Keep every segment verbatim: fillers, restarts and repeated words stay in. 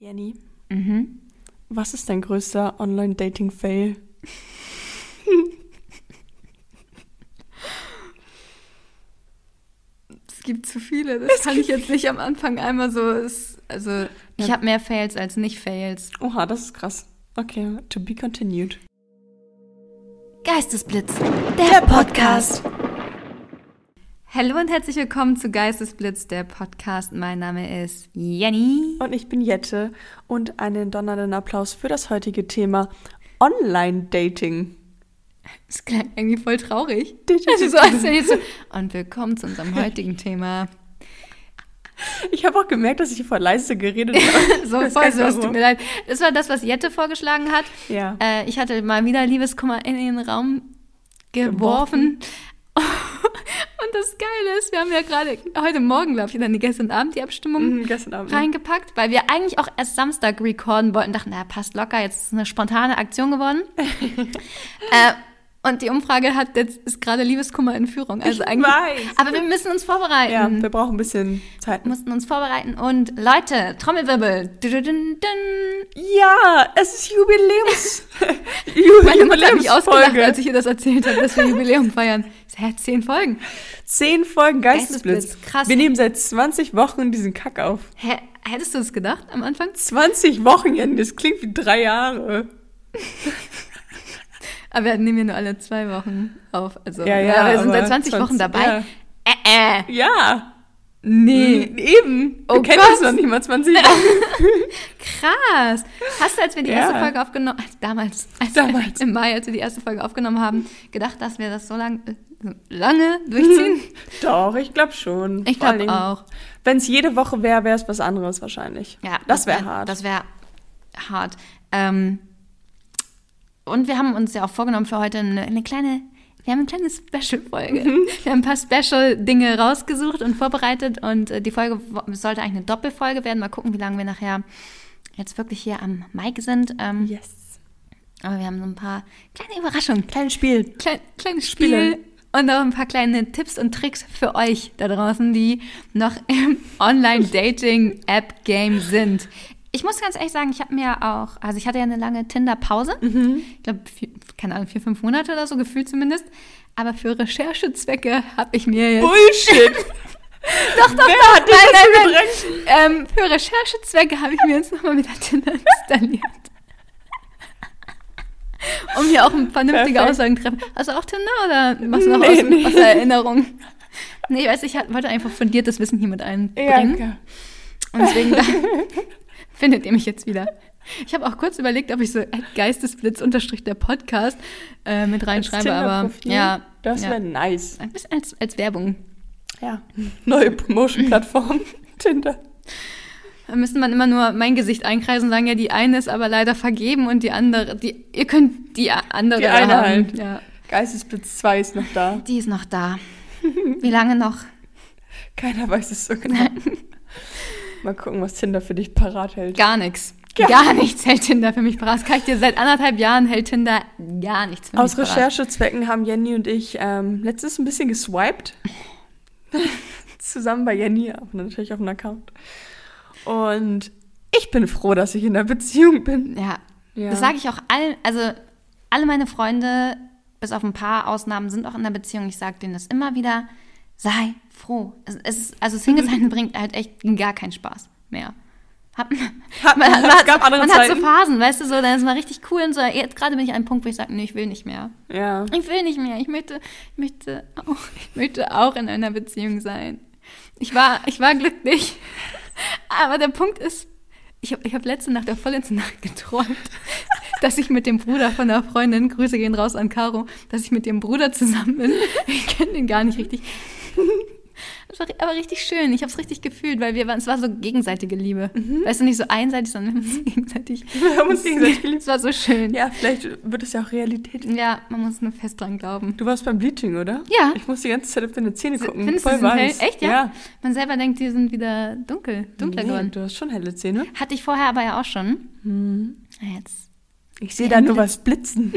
Jenny, Mhm. was ist dein größter Online-Dating-Fail? Es gibt zu viele. Das kann ich jetzt nicht am Anfang einmal so. Es, also, ich Ja. habe mehr Fails als Nicht-Fails. Oha, das ist krass. Okay, to be continued. Geistesblitz, der Podcast. Hallo und herzlich willkommen zu Geistesblitz, der Podcast. Mein Name ist Jenny. Und ich bin Jette und einen donnernden Applaus für das heutige Thema Online-Dating. Das klang irgendwie voll traurig. Also so, als wenn ich so, und willkommen zu unserem heutigen Thema. Ich habe auch gemerkt, dass ich voll leise geredet habe. So Das voll kann so, es warum. tut mir leid. Das war das, was Jette vorgeschlagen hat. Ja. Äh, ich hatte mal wieder Liebeskummer in den Raum geworfen. Und das Geile ist, wir haben ja gerade heute Morgen, glaube ich, oder nee, gestern Abend die Abstimmung Mhm, gestern Abend. ne? reingepackt, weil wir eigentlich auch erst Samstag recorden wollten. Dachten, na, passt locker, jetzt ist es eine spontane Aktion geworden. äh, und die Umfrage hat jetzt ist gerade Liebeskummer in Führung. Also Ich eigentlich, weiß. aber wir müssen uns vorbereiten. Ja, wir brauchen ein bisschen Zeit. Wir mussten uns vorbereiten. Und Leute, Trommelwirbel. Dududun, dun. Ja, es ist Jubiläums. Meine Mutter hat mich ausgelacht, Jubiläumsfolge. als ich ihr das erzählt habe, dass wir Jubiläum feiern. Ich so, hä, zehn Folgen. Zehn Folgen Geistesblitz. Geistesblitz, krass. Wir nehmen seit zwanzig Wochen diesen Kack auf. Hä, hättest du das gedacht am Anfang? zwanzig Wochen, Jenny, das klingt wie drei Jahre. Aber wir nehmen ja nur alle zwei Wochen auf. Also, Ja, ja, wir sind aber seit zwanzig Wochen dabei. ja. Äh, äh. Ja. Nee. Mhm, eben. Oh Wir kennen Gott. uns noch nicht mal zwanzig Wochen. Krass. Hast du, als wir die Ja. erste Folge aufgenommen haben, damals, als Damals. im Mai, als wir die erste Folge aufgenommen haben, gedacht, dass wir das so lang, äh, lange durchziehen? Doch, ich glaube schon. Ich Vor allen glaube Dingen, auch. Wenn es jede Woche wäre, wäre es was anderes wahrscheinlich. Ja, das wäre wär- hart. Das wäre hart. Ähm, und wir haben uns ja auch vorgenommen für heute eine, eine kleine, wir haben eine kleine Special-Folge. Mhm. Wir haben ein paar Special-Dinge rausgesucht und vorbereitet und äh, die Folge wo- sollte eigentlich eine Doppelfolge werden. Mal gucken, wie lange wir nachher jetzt wirklich hier am Mic sind. Ähm, yes. Aber wir haben so ein paar kleine Überraschungen, Kleines Spiel. klein, kleines Spiel Spiele. und auch ein paar kleine Tipps und Tricks für euch da draußen, die noch im Online-Dating-App-Game sind. Ich muss ganz ehrlich sagen, ich habe mir auch, also ich hatte ja eine lange Tinder-Pause, ich glaube, keine Ahnung, vier, fünf Monate oder so, gefühlt zumindest, aber für Recherchezwecke habe ich mir jetzt... Bullshit. Doch, doch, Wer doch, hat dir nein, das nein, gedrängt? nein. Ähm, für Recherchezwecke habe ich mir jetzt nochmal wieder Tinder installiert. Um hier auch vernünftige Perfekt. Aussagen zu treffen. Hast du auch Tinder oder machst du noch Nee, aus, nee. aus der Erinnerung? Nee, ich weiß, ich wollte einfach fundiertes Wissen hier mit einbringen. Ja, okay. Und deswegen da findet ihr mich jetzt wieder. Ich habe auch kurz überlegt, ob ich so Geistesblitz unterstrich der Podcast äh, mit reinschreibe, aber Tinder-Profil? ja, Das ja. wäre nice. Ein bisschen als, als Werbung. Ja. Neue Promotion-Plattform. Tinder. Da müsste man immer nur mein Gesicht einkreisen und sagen, ja, die eine ist aber leider vergeben und die andere, die, ihr könnt die andere Die eine haben. halt. Ja, Geistesblitz zwei ist noch da. die ist noch da. Wie lange noch? Keiner weiß es so genau. Mal gucken, was Tinder für dich parat hält. Gar nichts. Gar- Gar nichts hält Tinder für mich parat. Das kann ich dir seit anderthalb Jahren hält Tinder gar nichts für Aus mich parat. Recherchezwecken haben Jenny und ich ähm, letztens ein bisschen geswiped. Zusammen bei Jenny, auch natürlich auf dem Account. Und ich bin froh, dass ich in einer Beziehung bin. Ja, Ja. das sage ich auch allen, also alle meine Freunde, bis auf ein paar Ausnahmen, sind auch in einer Beziehung. Ich sage denen das immer wieder, sei froh. Es, es ist, also Single sein bringt halt echt gar keinen Spaß mehr. Hat, Hat- man, man, es hat, gab andere man hat so Zeiten. Phasen, weißt du, so, dann ist man richtig cool und so. Jetzt gerade bin ich an einem Punkt, wo ich sage, nee, ich will nicht mehr. Ja. Ich will nicht mehr. Ich möchte, ich möchte auch, ich möchte auch in einer Beziehung sein. Ich war, ich war glücklich. Aber der Punkt ist, ich habe ich hab letzte Nacht, der vorletzte Nacht geträumt, dass ich mit dem Bruder von einer Freundin, Grüße gehen raus an Caro, dass ich mit dem Bruder zusammen bin. Ich kenne den gar nicht richtig. Das war aber richtig schön. Ich habe es richtig gefühlt, weil wir waren, es war so gegenseitige Liebe. Weißt du, nicht so einseitig, sondern wir haben uns gegenseitig. Wir haben uns gegenseitig geliebt. Es war so schön. Ja, vielleicht wird es ja auch Realität. Ja, man muss nur fest dran glauben. Du warst beim Bleaching, oder? Ja. Ich muss die ganze Zeit auf deine Zähne gucken. Findest du, Voll sie sind hell? weiß. Echt, ja? Ja. Man selber denkt, die sind wieder dunkel, dunkler Nee, geworden. du hast schon helle Zähne. Hatte ich vorher aber ja auch schon. Na, Jetzt. Ich sehe da nur was blitzen.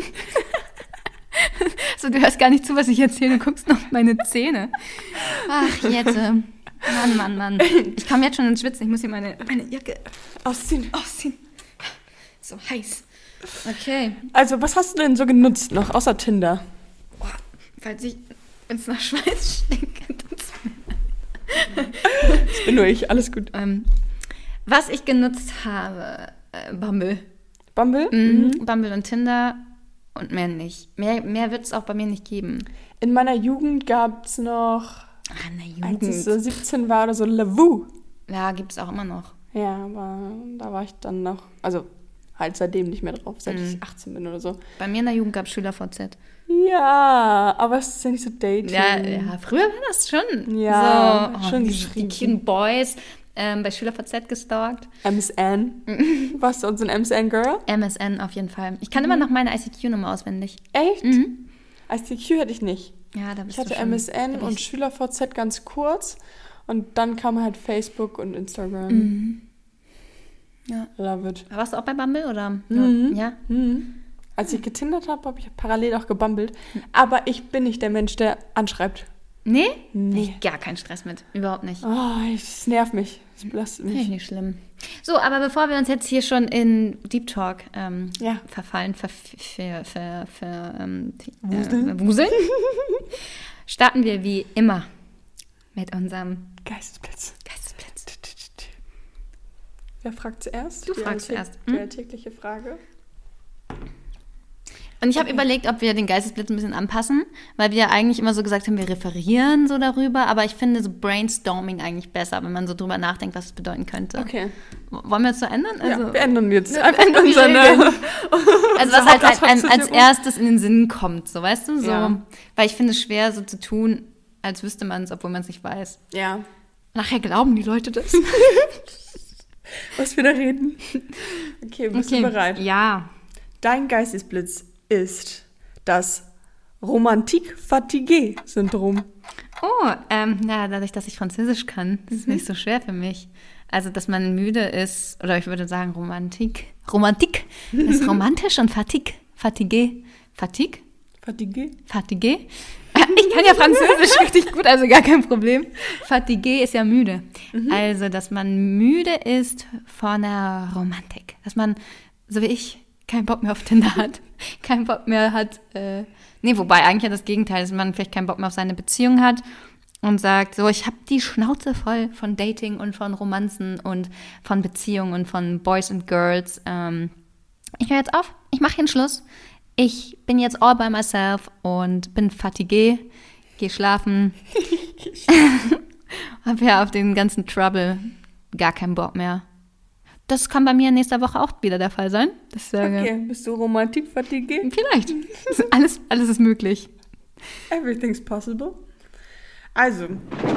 So, du hörst gar nicht zu, was ich erzähle, du guckst noch auf meine Zähne. Ach, Jette. Mann, Mann, Mann. Ich komme jetzt schon ins Schwitzen. Ich muss hier meine, meine Jacke Ausziehen. ausziehen. So heiß. Okay. Also, was hast du denn so genutzt noch, außer Tinder? Boah, falls ich, wenn es nach Schweiß stinkt, tut's mir. Das bin nur ich, alles gut. Ähm, was ich genutzt habe, äh, Bumble. Bumble? Mhm. Mhm. Bumble und Tinder und mehr nicht. Mehr, mehr wird es auch bei mir nicht geben. In meiner Jugend gab es noch, Ah, in der als ich Jugend. so siebzehn war oder so, Lavu. Ja, gibt es auch immer noch. Ja, aber da war ich dann noch, also halt seitdem nicht mehr drauf, seit Mhm. ich achtzehn bin oder so. Bei mir in der Jugend gab es Schüler-V Z. Ja, aber es ist ja nicht so Dating. Ja, ja, früher war das schon. Ja, so, schon oh, die, geschrieben. die cuten Boys ähm, bei Schüler-V Z gestalkt. M S N. Warst du uns ein M S N-Girl? M S N auf jeden Fall. Ich kann immer noch meine I C Q-Nummer auswendig. Echt? Mhm. I C Q hatte ich nicht. Ja, da bist Ich hatte du schon. M S N da bin und ich- Schüler-V Z ganz kurz. Und dann kam halt Facebook und Instagram. Mhm. Ja. Love it. Warst du auch bei Bumble oder? Mhm. Ja. Mhm. Als ich getindert habe, habe ich parallel auch gebummelt. Aber ich bin nicht der Mensch, der anschreibt. Nee? Nee. Ich gar keinen Stress mit. Überhaupt nicht. Oh, es nervt mich. Es belastet Finde ich mich. nicht schlimm. So, aber bevor wir uns jetzt hier schon in Deep Talk ähm, Ja. verfallen, ver, ver, ver, ver, ähm, Wuseln. Äh, wuseln, starten wir wie immer mit unserem Geistesblitz. Geistesblitz. Wer fragt zuerst? Du Die fragst alltä- zuerst. Die Hm? alltägliche Frage. Und ich habe Okay. überlegt, ob wir den Geistesblitz ein bisschen anpassen, weil wir eigentlich immer so gesagt haben, wir referieren so darüber, aber ich finde so Brainstorming eigentlich besser, wenn man so drüber nachdenkt, was es bedeuten könnte. Okay. W- Wollen wir es so ändern? Also, ja, wir ändern jetzt wir einfach ändern die unsere, Regeln. also was unsere halt ein, ein, als Hauptassoziierung. erstes in den Sinn kommt, so weißt du? So. Ja. Weil ich finde es schwer so zu tun, als wüsste man es, obwohl man es nicht weiß. Ja. Nachher glauben die Leute das. Was wir da reden. Okay, bist du bereit? Ja. Dein Geistesblitz ist das Romantik-Fatigue-Syndrom. Oh, ähm, ja, dadurch, dass ich Französisch kann, das ist nicht so schwer für mich. Also, dass man müde ist, oder ich würde sagen Romantik. Romantik ist romantisch und Fatigue. Fatigue. Fatigue? Fatigue? Fatigue? Ich kann ja Französisch richtig gut, also gar kein Problem. Fatigue ist ja müde. Also, dass man müde ist von der Romantik. Dass man, so wie ich, keinen Bock mehr auf Tinder hat. Keinen Bock mehr hat, äh, nee, wobei eigentlich ja das Gegenteil, dass man vielleicht keinen Bock mehr auf seine Beziehung hat und sagt, so, ich habe die Schnauze voll von Dating und von Romanzen und von Beziehungen und von Boys and Girls. Ähm, ich höre jetzt auf, ich mache hier einen Schluss. Ich bin jetzt all by myself und bin fatigué, gehe schlafen. Hab ja auf den ganzen Trouble gar keinen Bock mehr. Das kann bei mir nächste Woche auch wieder der Fall sein. Das, äh, Okay, bist du Romantik-Fatigue? Vielleicht. alles, alles ist möglich. Everything's possible. Also,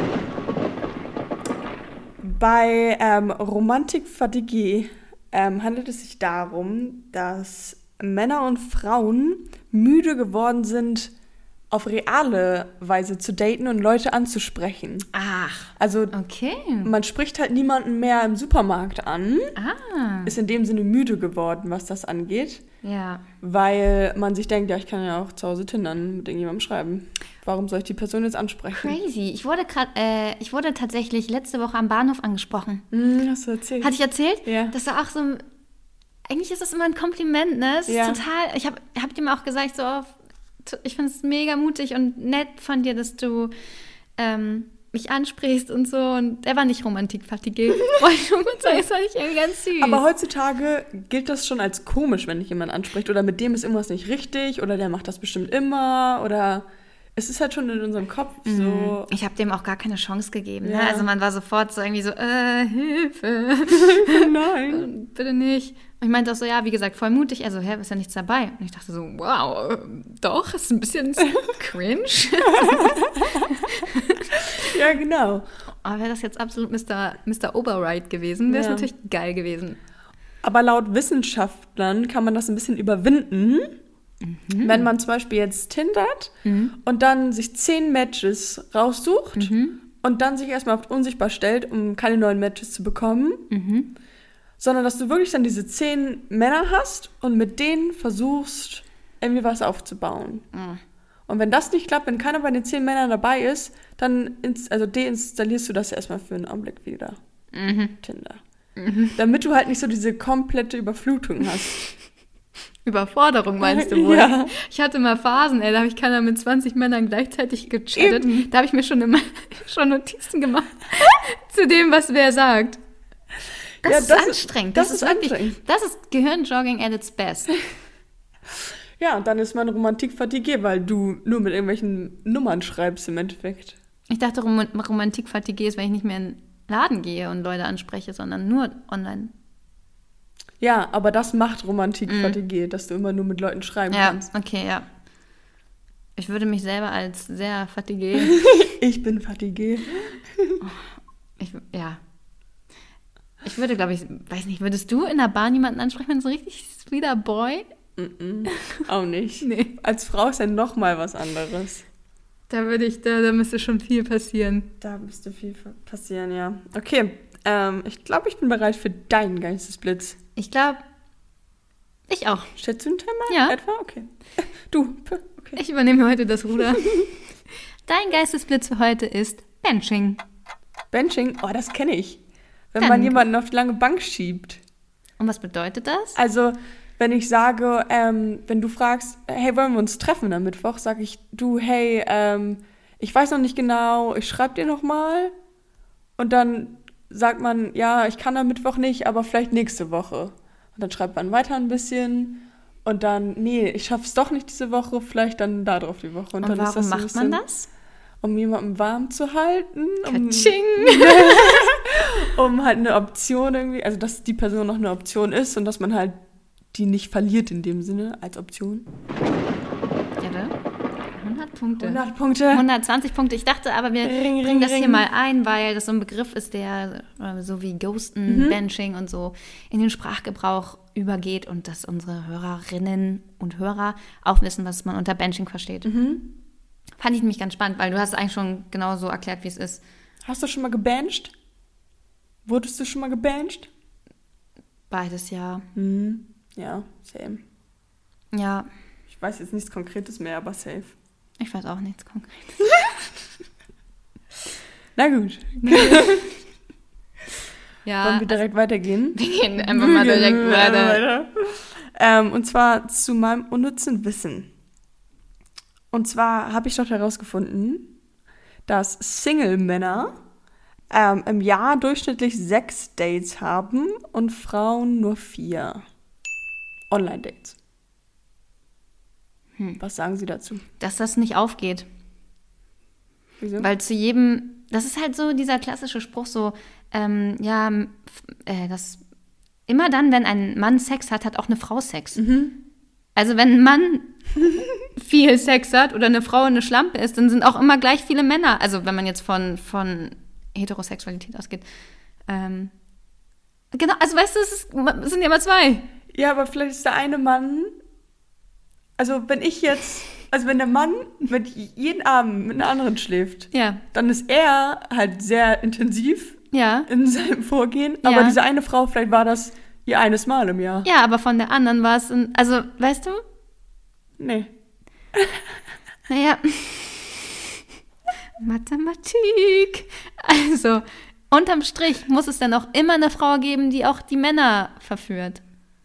bei ähm, Romantik-Fatigue ähm, handelt es sich darum, dass Männer und Frauen müde geworden sind, auf reale Weise zu daten und Leute anzusprechen. Ach, Also okay. man spricht halt niemanden mehr im Supermarkt an, Ah, ist in dem Sinne müde geworden, was das angeht, ja. weil man sich denkt, ja, ich kann ja auch zu Hause tindern, mit irgendjemandem schreiben. Warum soll ich die Person jetzt ansprechen? Crazy. Ich wurde gerade, äh, ich wurde tatsächlich letzte Woche am Bahnhof angesprochen. Hm, hast du erzählt? Hatte ich erzählt? Ja. Das war auch so, ein- eigentlich ist das immer ein Kompliment, ne? Es ist Ja. total, ich habe hab dir mal auch gesagt, so, ich finde es mega mutig und nett von dir, dass du ähm, mich ansprichst und so. Und er war nicht Romantik-Fatigue. Wollte ich schon gut sagen, das fand ich irgendwie ganz süß. Aber heutzutage gilt das schon als komisch, wenn dich jemand anspricht. Oder mit dem ist irgendwas nicht richtig. Oder der macht das bestimmt immer. Oder es ist halt schon in unserem Kopf so. Ich habe dem auch gar keine Chance gegeben. Ja. Ne? Also man war sofort so irgendwie so, äh, Hilfe. Nein. Bitte nicht. Und ich meinte auch so, ja, wie gesagt, voll mutig. Also, hä, ist ja nichts dabei. Und ich dachte so, wow, äh, doch, ist ein bisschen cringe. Ja, genau. Aber wäre das jetzt absolut Mister Mister Oberright gewesen, wäre es Ja. natürlich geil gewesen. Aber laut Wissenschaftlern kann man das ein bisschen überwinden, Mhm. wenn man zum Beispiel jetzt tindert und dann sich zehn Matches raussucht Mhm. und dann sich erstmal auf unsichtbar stellt, um keine neuen Matches zu bekommen, Mhm. sondern dass du wirklich dann diese zehn Männer hast und mit denen versuchst, irgendwie was aufzubauen. Mhm. Und wenn das nicht klappt, wenn keiner bei den zehn Männern dabei ist, dann ins, also deinstallierst du das erstmal für einen Augenblick wieder. Mhm. Tinder. Mhm. Damit du halt nicht so diese komplette Überflutung hast. Überforderung meinst du wohl? Ja. Ich hatte mal Phasen, ey, da habe ich keiner mit zwanzig Männern gleichzeitig gechattet. Eben. Da habe ich mir schon, immer, schon Notizen gemacht zu dem, was wer sagt. Das, Ja, ist das ist- anstrengend. das Das, ist ist wirklich, anstrengend. das ist Gehirnjogging at its best. Ja, und dann ist man Romantik-Fatigue, weil du nur mit irgendwelchen Nummern schreibst im Endeffekt. Ich dachte, Rom Romantik-Fatigue ist, wenn ich nicht mehr in den Laden gehe und Leute anspreche, sondern nur online. Ja, aber das macht Romantik-Fatigue, dass du immer nur mit Leuten schreiben Ja, kannst. okay, ja. Ich würde mich selber als sehr Fatigue. Ich bin Fatigue. Ich, ja. Ich würde, glaube ich, weiß nicht, würdest du in der Bahn jemanden ansprechen, wenn so ein richtig sweeter Boy? Mm-mm, auch nicht. Nee. Als Frau ist ja noch mal was anderes. Da würde ich, da, da müsste schon viel passieren. Da müsste viel passieren, ja. Okay, ähm, ich glaube, ich bin bereit für deinen Geistesblitz. Ich glaube, ich auch. Stellst du einen Timer? Ja. Etwa? Okay. Du, p- okay. Ich übernehme heute das Ruder. Dein Geistesblitz für heute ist Benching. Benching, oh, das kenne ich. Wenn Dann- man jemanden auf die lange Bank schiebt. Und was bedeutet das? Also, wenn ich sage, ähm, wenn du fragst, hey, wollen wir uns treffen am Mittwoch, sage ich, du, hey, ähm, ich weiß noch nicht genau, ich schreibe dir noch mal. Und dann sagt man, ja, ich kann am Mittwoch nicht, aber vielleicht nächste Woche. Und dann schreibt man weiter ein bisschen. Und dann, nee, ich schaff's doch nicht diese Woche, vielleicht dann da drauf die Woche. Und, Und dann warum ist das so ein macht man bisschen, das? Um jemanden warm zu halten. Um, Katsching! um halt eine Option irgendwie, also dass die Person noch eine Option ist und dass man halt die nicht verliert in dem Sinne als Option. Ja, hundert Punkte. hundert Punkte. hundertzwanzig Punkte. Ich dachte aber, wir Ring, ring, bringen das hier ring. mal ein, weil das so ein Begriff ist, der äh, so wie Ghosten, Mhm. Benching und so in den Sprachgebrauch übergeht und dass unsere Hörerinnen und Hörer auch wissen, was man unter Benching versteht. Mhm. Fand ich nämlich ganz spannend, weil du hast es eigentlich schon genau so erklärt, wie es ist. Hast du schon mal gebancht? Wurdest du schon mal gebancht? Beides ja. Mhm. Ja, same. Ja, Ich weiß jetzt nichts Konkretes mehr, aber safe. ich weiß auch nichts konkret. Na gut, Ja, wollen wir direkt weitergehen? wir gehen einfach mal direkt Gehen wir weiter. Ähm, und zwar zu meinem unnützen Wissen. Und zwar habe ich dort herausgefunden, dass Single-Männer ähm, im Jahr durchschnittlich sechs Dates haben und Frauen nur vier. Online-Dates. Hm. Was sagen Sie dazu? Dass das nicht aufgeht. Wieso? Weil zu jedem, das ist halt so dieser klassische Spruch so, ähm, ja, f- äh, das immer dann, wenn ein Mann Sex hat, hat auch eine Frau Sex. Mhm. Also wenn ein Mann viel Sex hat oder eine Frau eine Schlampe ist, dann sind auch immer gleich viele Männer. Also wenn man jetzt von, von Heterosexualität ausgeht. Ähm, genau, also weißt du, es, ist, es sind ja immer zwei. Ja, aber vielleicht ist der eine Mann, also wenn ich jetzt, also wenn der Mann mit jeden Abend mit einer anderen schläft, Ja, dann ist er halt sehr intensiv ja. in seinem Vorgehen, aber Ja. diese eine Frau, vielleicht war das ihr eines Mal im Jahr. Ja, aber von der anderen war es, ein, also weißt du, Nee. naja, Mathematik. Also, unterm Strich muss es dann auch immer eine Frau geben, die auch die Männer verführt.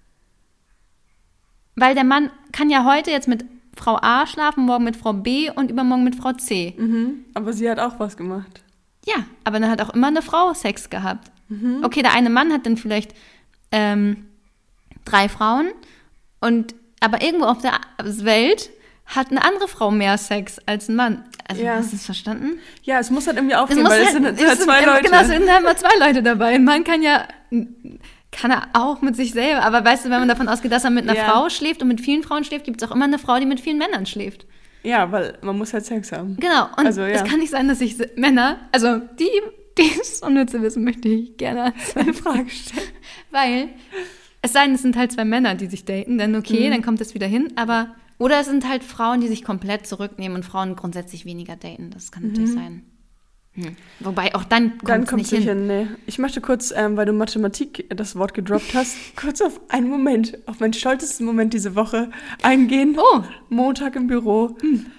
Weil der Mann kann ja heute jetzt mit Frau A schlafen, morgen mit Frau B und übermorgen mit Frau C. Mhm. Aber sie hat auch was gemacht. Ja, aber dann hat auch immer eine Frau Sex gehabt. Okay, der eine Mann hat dann vielleicht ähm, drei Frauen und aber irgendwo auf der Welt hat eine andere Frau mehr Sex als ein Mann. Also Ja. hast du es verstanden? Ja, es muss halt irgendwie Es aufgehen, muss weil es halt- sind es halt sind zwei immer- Leute. Genau, es sind halt immer zwei Leute dabei. Ein Mann kann ja, kann er auch mit sich selber. Aber weißt du, wenn man davon ausgeht, dass er mit einer Ja. Frau schläft und mit vielen Frauen schläft, gibt es auch immer eine Frau, die mit vielen Männern schläft. Ja, weil man muss halt Sex haben. Genau. Und Also, ja. es kann nicht sein, dass ich se- Männer, also die, die es unnütze wissen, möchte ich gerne als Eine Frage stellen. Weil, es sei denn, es sind halt zwei Männer, die sich daten, dann okay, Mhm. dann kommt es wieder hin, aber, oder es sind halt Frauen, die sich komplett zurücknehmen und Frauen grundsätzlich weniger daten, das kann natürlich sein. Hm. Wobei, auch dann kommt Dann es kommt nicht es nicht hin. hin, nee. Ich möchte kurz, ähm, weil du Mathematik das Wort gedroppt hast, kurz auf einen Moment, auf meinen stolzesten Moment diese Woche eingehen. Oh, Montag im Büro. Wir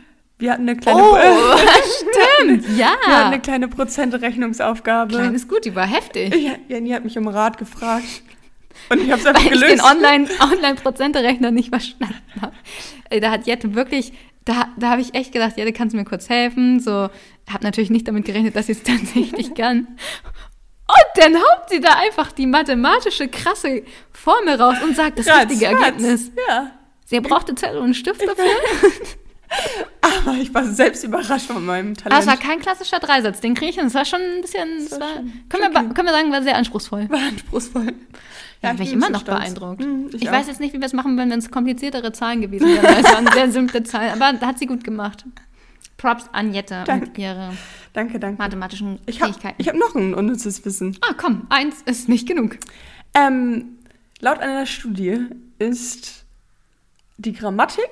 Wir hatten eine kleine, Oh, stimmt, ja. wir hatten eine kleine Prozentrechnungsaufgabe. Klein ist gut, die war heftig. Ja, Jenny hat mich um Rat gefragt. Und ich habe es einfach Weil ich gelöst. den Online, Online-Prozenterechner nicht verstanden habe. Ey, Da hat Jette wirklich, da, da habe ich echt gedacht, Jette, kannst du mir kurz helfen? So, habe natürlich nicht damit gerechnet, dass sie es tatsächlich kann. Und dann haut sie da einfach die mathematische, krasse Formel raus und sagt das Ratz, richtige ratz. Ergebnis. Ja. Sie brauchte Zettel und einen Stift dafür. Aber ich war selbst überrascht von meinem Talent. Aber es war kein klassischer Dreisatz, den kriege ich hin. Es war schon ein bisschen, es war war, schon können, wir, können wir sagen, war sehr anspruchsvoll. war anspruchsvoll. Ja, ich bin ich bin immer so noch stolz. beeindruckt. Mhm, ich ich weiß auch. jetzt nicht, wie wir es machen, wenn es kompliziertere Zahlen gewesen wären. weil Es waren sehr simple Zahlen, aber da hat sie gut gemacht. Props an Jette Danke. und ihre Danke, danke. mathematischen Ich habe Fähigkeiten. ich hab noch ein unnützes Wissen. Ah, komm, eins ist nicht genug. Ähm, laut einer Studie ist die Grammatik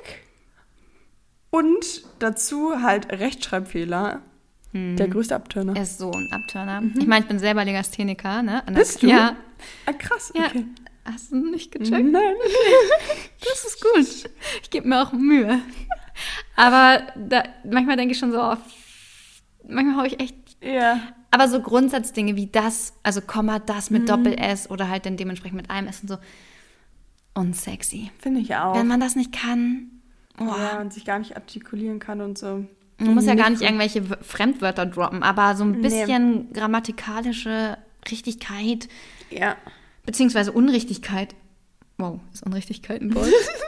und dazu halt Rechtschreibfehler der größte Abturner. Er ist so ein Abturner. Ich meine, ich bin selber Legastheniker, ne? An der- Mhm. Bist du? Ja. Ah, krass, Ja. okay. Hast du nicht gecheckt? Nein, Das ist gut. Ich gebe mir auch Mühe. Aber da, manchmal denke ich schon so, oh, manchmal habe ich echt. ja. Aber so Grundsatzdinge wie das, also Komma, das Mhm. mit Doppel-S oder halt dann dementsprechend mit einem S und so. Unsexy. Finde ich auch. Wenn man das nicht kann, oh, Ja, und sich gar nicht artikulieren kann und so. man muss ja gar nicht gut. irgendwelche W- Fremdwörter droppen, aber so ein Nee. bisschen grammatikalische Richtigkeit, Ja. beziehungsweise Unrichtigkeit. Wow, ist Unrichtigkeit ein Wort?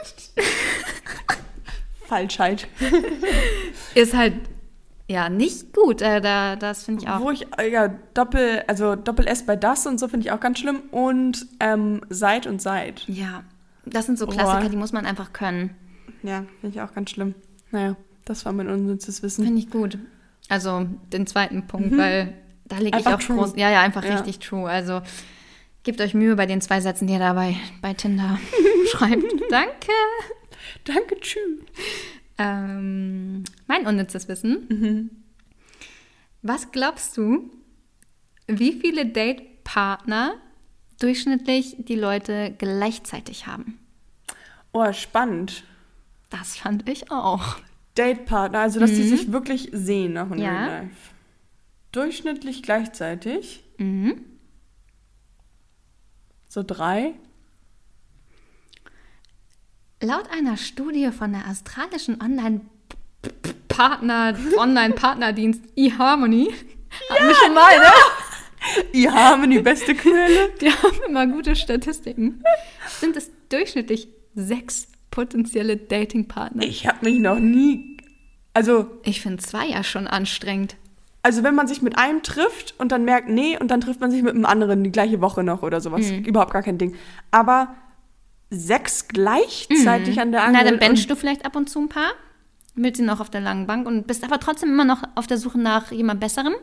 Falschheit. ist halt, ja, nicht gut. Äh, da, das finde ich auch. Wo ich, äh, ja, Doppel, also Doppel-S bei das und so finde ich auch ganz schlimm. Und ähm, Seit und Seit. Ja, das sind so Klassiker, Boah. die muss man einfach können. Ja, finde ich auch ganz schlimm. Naja, das war mein unnützes Wissen. Finde ich gut. Also den zweiten Punkt, weil da lege ich Einfach auch true. groß. Ja, ja, einfach Ja. richtig true. Also gebt euch Mühe bei den zwei Sätzen, die ihr da bei, bei Tinder schreibt. Danke. Danke, tschüss. Ähm, mein unnützes Wissen. Was glaubst du, wie viele Datepartner durchschnittlich die Leute gleichzeitig haben? Oh, spannend. Das fand ich auch. Datepartner, also dass die sich wirklich sehen nach in Ja. Real Life. Durchschnittlich gleichzeitig. Mhm. So drei. Laut einer Studie von der australischen Online-Partner, Online-Partnerdienst eHarmony, haben wir schon mal, ne? Die haben die beste Quelle. Die haben immer gute Statistiken. Sind es durchschnittlich sechs potenzielle Datingpartner. Ich habe mich noch nie... Also, Ich finde zwei ja schon anstrengend. also wenn man sich mit einem trifft und dann merkt, nee, und dann trifft man sich mit einem anderen die gleiche Woche noch oder sowas. Mhm. Überhaupt gar kein Ding. Aber sechs gleichzeitig an der Na, Angel. dann benchst und- du vielleicht ab und zu ein paar, willst sie noch auf der langen Bank und bist aber trotzdem immer noch auf der Suche nach jemand Besserem.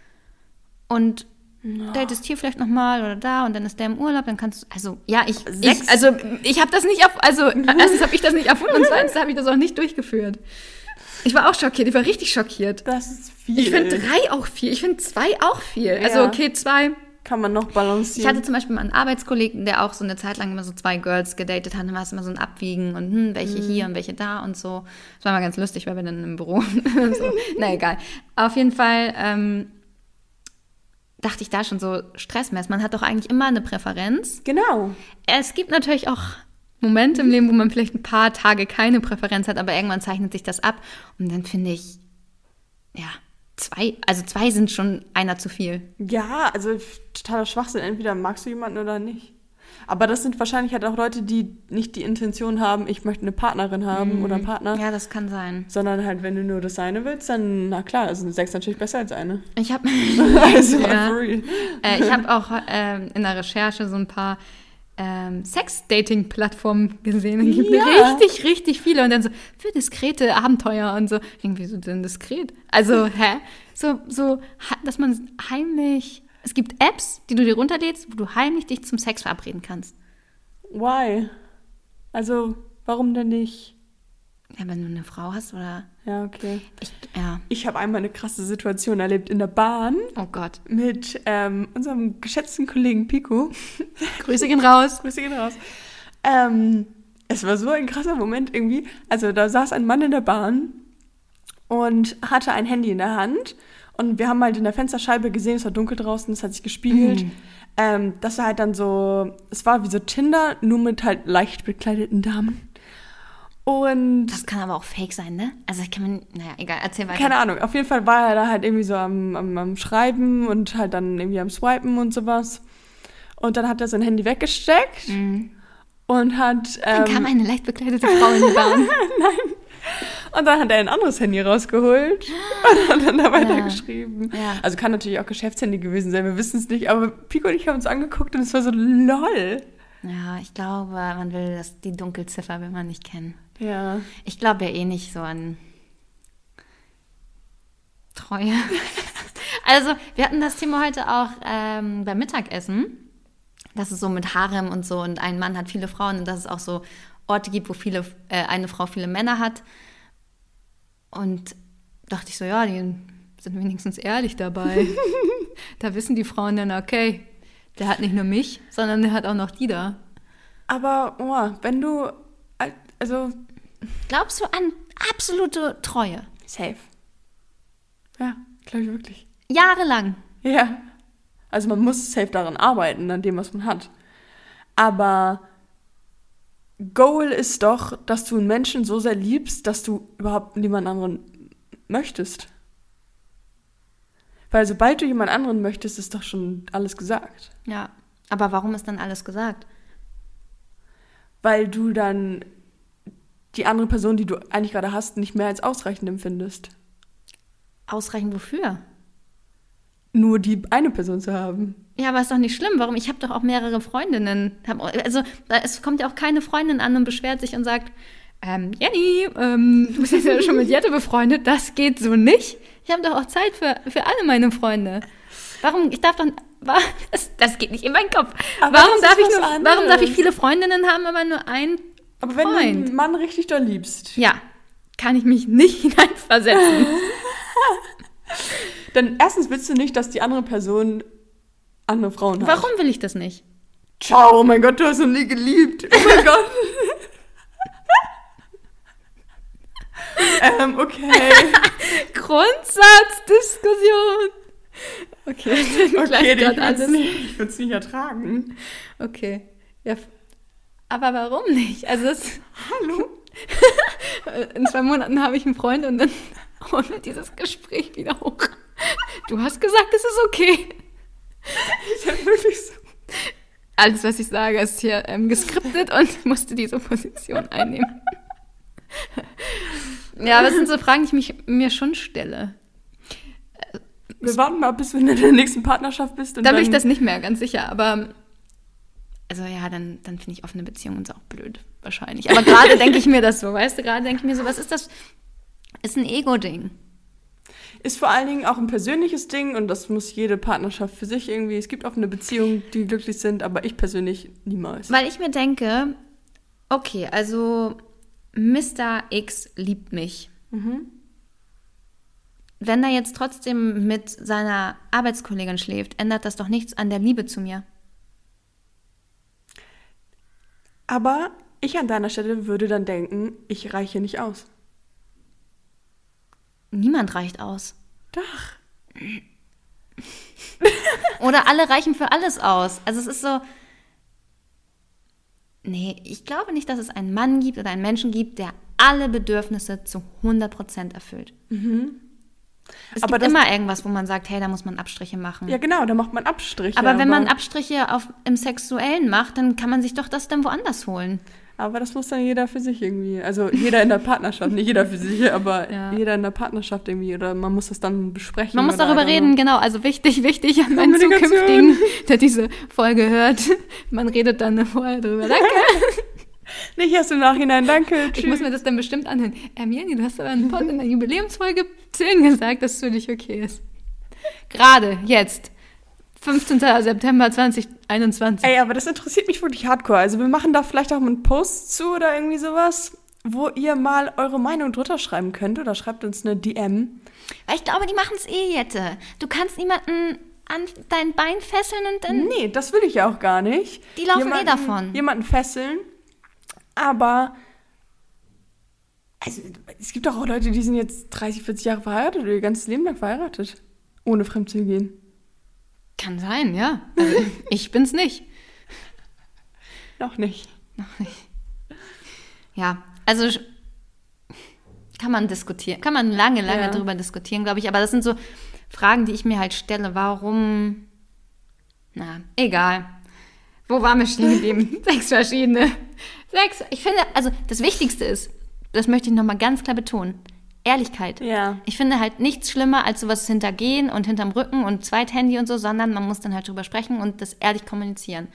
Und datest hier vielleicht nochmal oder da und dann ist der im Urlaub, dann kannst du, also ja, ich, Sechs? ich also ich habe das nicht, auf, also erstens habe ich das nicht erfunden und zweitens habe ich das auch nicht durchgeführt. Ich war auch schockiert, ich war richtig schockiert. Das ist viel. Ich finde drei auch viel, ich finde zwei auch viel. Also Ja. okay, zwei. Kann man noch Ich balancieren. hatte zum Beispiel mal einen Arbeitskollegen, der auch so eine Zeit lang immer so zwei Girls gedatet hat. Dann war es immer so ein Abwiegen und hm, welche hier und welche da und so. Das war mal ganz lustig, weil wir dann im Büro so. Na egal. Auf jeden Fall ähm, dachte ich da schon so, Stressmess. Man hat doch eigentlich immer eine Präferenz. Genau. Es gibt natürlich auch Momente im Leben, wo man vielleicht ein paar Tage keine Präferenz hat, aber irgendwann zeichnet sich das ab. Und dann finde ich, ja, zwei, also zwei sind schon einer zu viel. Ja, also totaler Schwachsinn. Entweder magst du jemanden oder nicht. Aber das sind wahrscheinlich halt auch Leute, die nicht die Intention haben, ich möchte eine Partnerin haben oder einen Partner. Ja, das kann sein. Sondern halt, wenn du nur das eine willst, dann, na klar, ist eine Sechs natürlich besser als eine. Ich habe Also, Ja. for real. äh, ich hab auch ähm, in der Recherche so ein paar ähm, Sex-Dating-Plattformen gesehen. Es gibt Ja. richtig, richtig viele. Und dann so, für diskrete Abenteuer und so. Irgendwie so denn diskret. Also, hä? So, so, ha- dass man heimlich... Es gibt Apps, die du dir runterlädst, wo du heimlich dich zum Sex verabreden kannst. Why? Also, warum denn nicht? Ja, wenn du eine Frau hast oder... Ja, okay. Ich, ja, Ich habe einmal eine krasse Situation erlebt in der Bahn oh Gott. mit ähm, unserem geschätzten Kollegen Pico. Grüße gehen raus. Grüße gehen raus. Ähm, es war so ein krasser Moment irgendwie. Also da saß ein Mann in der Bahn und hatte ein Handy in der Hand. Und wir haben halt in der Fensterscheibe gesehen, es war dunkel draußen, es hat sich gespiegelt. Mhm. Ähm, dass er halt dann so, es war wie so Tinder, nur mit halt leicht bekleideten Damen. Und das kann aber auch fake sein, ne? Also ich kann mir, naja, egal, erzähl weiter. Keine Ahnung, auf jeden Fall war er da halt irgendwie so am, am, am Schreiben und halt dann irgendwie am Swipen und sowas. Und dann hat er sein Handy weggesteckt mhm. und hat... Ähm, dann kam eine leicht bekleidete Frau in die Bahn. Nein. Und dann hat er ein anderes Handy rausgeholt und hat dann da weitergeschrieben. Ja. Ja. Also kann natürlich auch Geschäftshandy gewesen sein, wir wissen es nicht. Aber Pico und ich haben uns angeguckt und es war so lol. Ja, ich glaube, man will das, die Dunkelziffer will man nicht kennen. Ja. Ich glaube ja eh nicht so an Treue. Also, wir hatten das Thema heute auch ähm, beim Mittagessen. Das ist so mit Harem und so und ein Mann hat viele Frauen und dass es auch so Orte gibt, wo viele, äh, eine Frau viele Männer hat. Und dachte ich so, ja, die sind wenigstens ehrlich dabei. Da wissen die Frauen dann, okay, der hat nicht nur mich, sondern der hat auch noch die da. Aber, oh, wenn du, also... Glaubst du an absolute Treue? Safe. Ja, glaube ich wirklich. Jahrelang? Ja. Also man muss safe daran arbeiten, an dem, was man hat. Aber Goal ist doch, dass du einen Menschen so sehr liebst, dass du überhaupt niemand anderen möchtest. Weil sobald du jemand anderen möchtest, ist doch schon alles gesagt. Ja, aber warum ist dann alles gesagt? Weil du dann die andere Person, die du eigentlich gerade hast, nicht mehr als ausreichend empfindest. Ausreichend wofür? Nur die eine Person zu haben. Ja, aber ist doch nicht schlimm. Warum? Ich habe doch auch mehrere Freundinnen. Also es kommt ja auch keine Freundin an und beschwert sich und sagt, ähm, Jenny, ähm, du bist ja schon mit Jette befreundet, das geht so nicht. Ich habe doch auch Zeit für, für alle meine Freunde. Warum? Ich darf doch... Das, das geht nicht in meinen Kopf. Aber warum darf ich nur, warum darf ich viele Freundinnen haben, aber nur einen Aber wenn Freund? du einen Mann richtig doll liebst. Ja, kann ich mich nicht hineinversetzen. Dann erstens willst du nicht, dass die andere Person andere Frauen hat. Warum will ich das nicht? Ciao, oh mein Gott, du hast noch nie geliebt. Oh mein Gott. ähm, okay. Grundsatzdiskussion. Okay, okay, ich würde es nicht, nicht ertragen. Okay, ja, aber warum nicht? Also es, hallo? In zwei Monaten habe ich einen Freund und dann holen wir dieses Gespräch wieder hoch. Du hast gesagt, es ist okay. Ist ja wirklich so. Alles, was ich sage, ist hier ähm, geskriptet und ich musste diese Position einnehmen. Ja, aber das sind so Fragen, die ich mich, mir schon stelle. Wir warten mal, bis du in der nächsten Partnerschaft bist. Und da bin dann ich das nicht mehr, ganz sicher. Aber, also ja, dann, dann finde ich offene Beziehungen auch blöd, wahrscheinlich. Aber gerade denke ich mir das so, weißt du, gerade denke ich mir so, was ist das? Ist ein Ego-Ding. Ist vor allen Dingen auch ein persönliches Ding und das muss jede Partnerschaft für sich irgendwie. Es gibt offene Beziehungen, die glücklich sind, aber ich persönlich niemals. Weil ich mir denke, okay, also Mister X liebt mich. Mhm. Wenn er jetzt trotzdem mit seiner Arbeitskollegin schläft, ändert das doch nichts an der Liebe zu mir. Aber ich an deiner Stelle würde dann denken, ich reiche nicht aus. Niemand reicht aus. Doch. Oder alle reichen für alles aus. Also es ist so... Nee, ich glaube nicht, dass es einen Mann gibt oder einen Menschen gibt, der alle Bedürfnisse zu hundert Prozent erfüllt. Mhm. Es aber gibt immer irgendwas, wo man sagt, hey, da muss man Abstriche machen. Ja, genau, da macht man Abstriche. Aber wenn aber man Abstriche auf, im Sexuellen macht, dann kann man sich doch das dann woanders holen. Aber das muss dann jeder für sich irgendwie, also jeder in der Partnerschaft, nicht jeder für sich, aber ja. jeder in der Partnerschaft irgendwie, oder man muss das dann besprechen. Man muss darüber reden, genau, also wichtig, wichtig an meinen Zukünftigen, der diese Folge hört, man redet dann vorher drüber, danke. Nicht erst im Nachhinein, danke, tschüss. Ich muss mir das dann bestimmt anhören. Ähm, Jenny, du hast aber in der Jubiläumsfolge zehn gesagt, dass es für dich okay ist. Gerade, jetzt. fünfzehnten September zweitausendeinundzwanzig. Ey, aber das interessiert mich wirklich hardcore. Also wir machen da vielleicht auch mal einen Post zu oder irgendwie sowas, wo ihr mal eure Meinung drunter schreiben könnt oder schreibt uns eine D M. Weil ich glaube, die machen es eh, Jette. Du kannst niemanden an dein Bein fesseln und dann... Nee, das will ich ja auch gar nicht. Die laufen jemanden, eh davon. Jemanden fesseln, aber Also, es gibt doch auch Leute, die sind jetzt dreißig, vierzig Jahre verheiratet oder ihr ganzes Leben lang verheiratet. Ohne fremd zu gehen. Kann sein, ja. Also, ich bin's nicht. Noch nicht. Noch nicht. Ja, also kann man diskutieren. Kann man lange, lange Ja. drüber diskutieren, glaube ich. Aber das sind so Fragen, die ich mir halt stelle. Warum? Na, egal. Wo waren wir stehen geblieben? Sechs verschiedene. Sechs. Ich finde, also das Wichtigste ist, das möchte ich nochmal ganz klar betonen, Ehrlichkeit. Ja. Ich finde halt nichts schlimmer als sowas hintergehen und hinterm Rücken und Zweithandy und so, sondern man muss dann halt drüber sprechen und das ehrlich kommunizieren.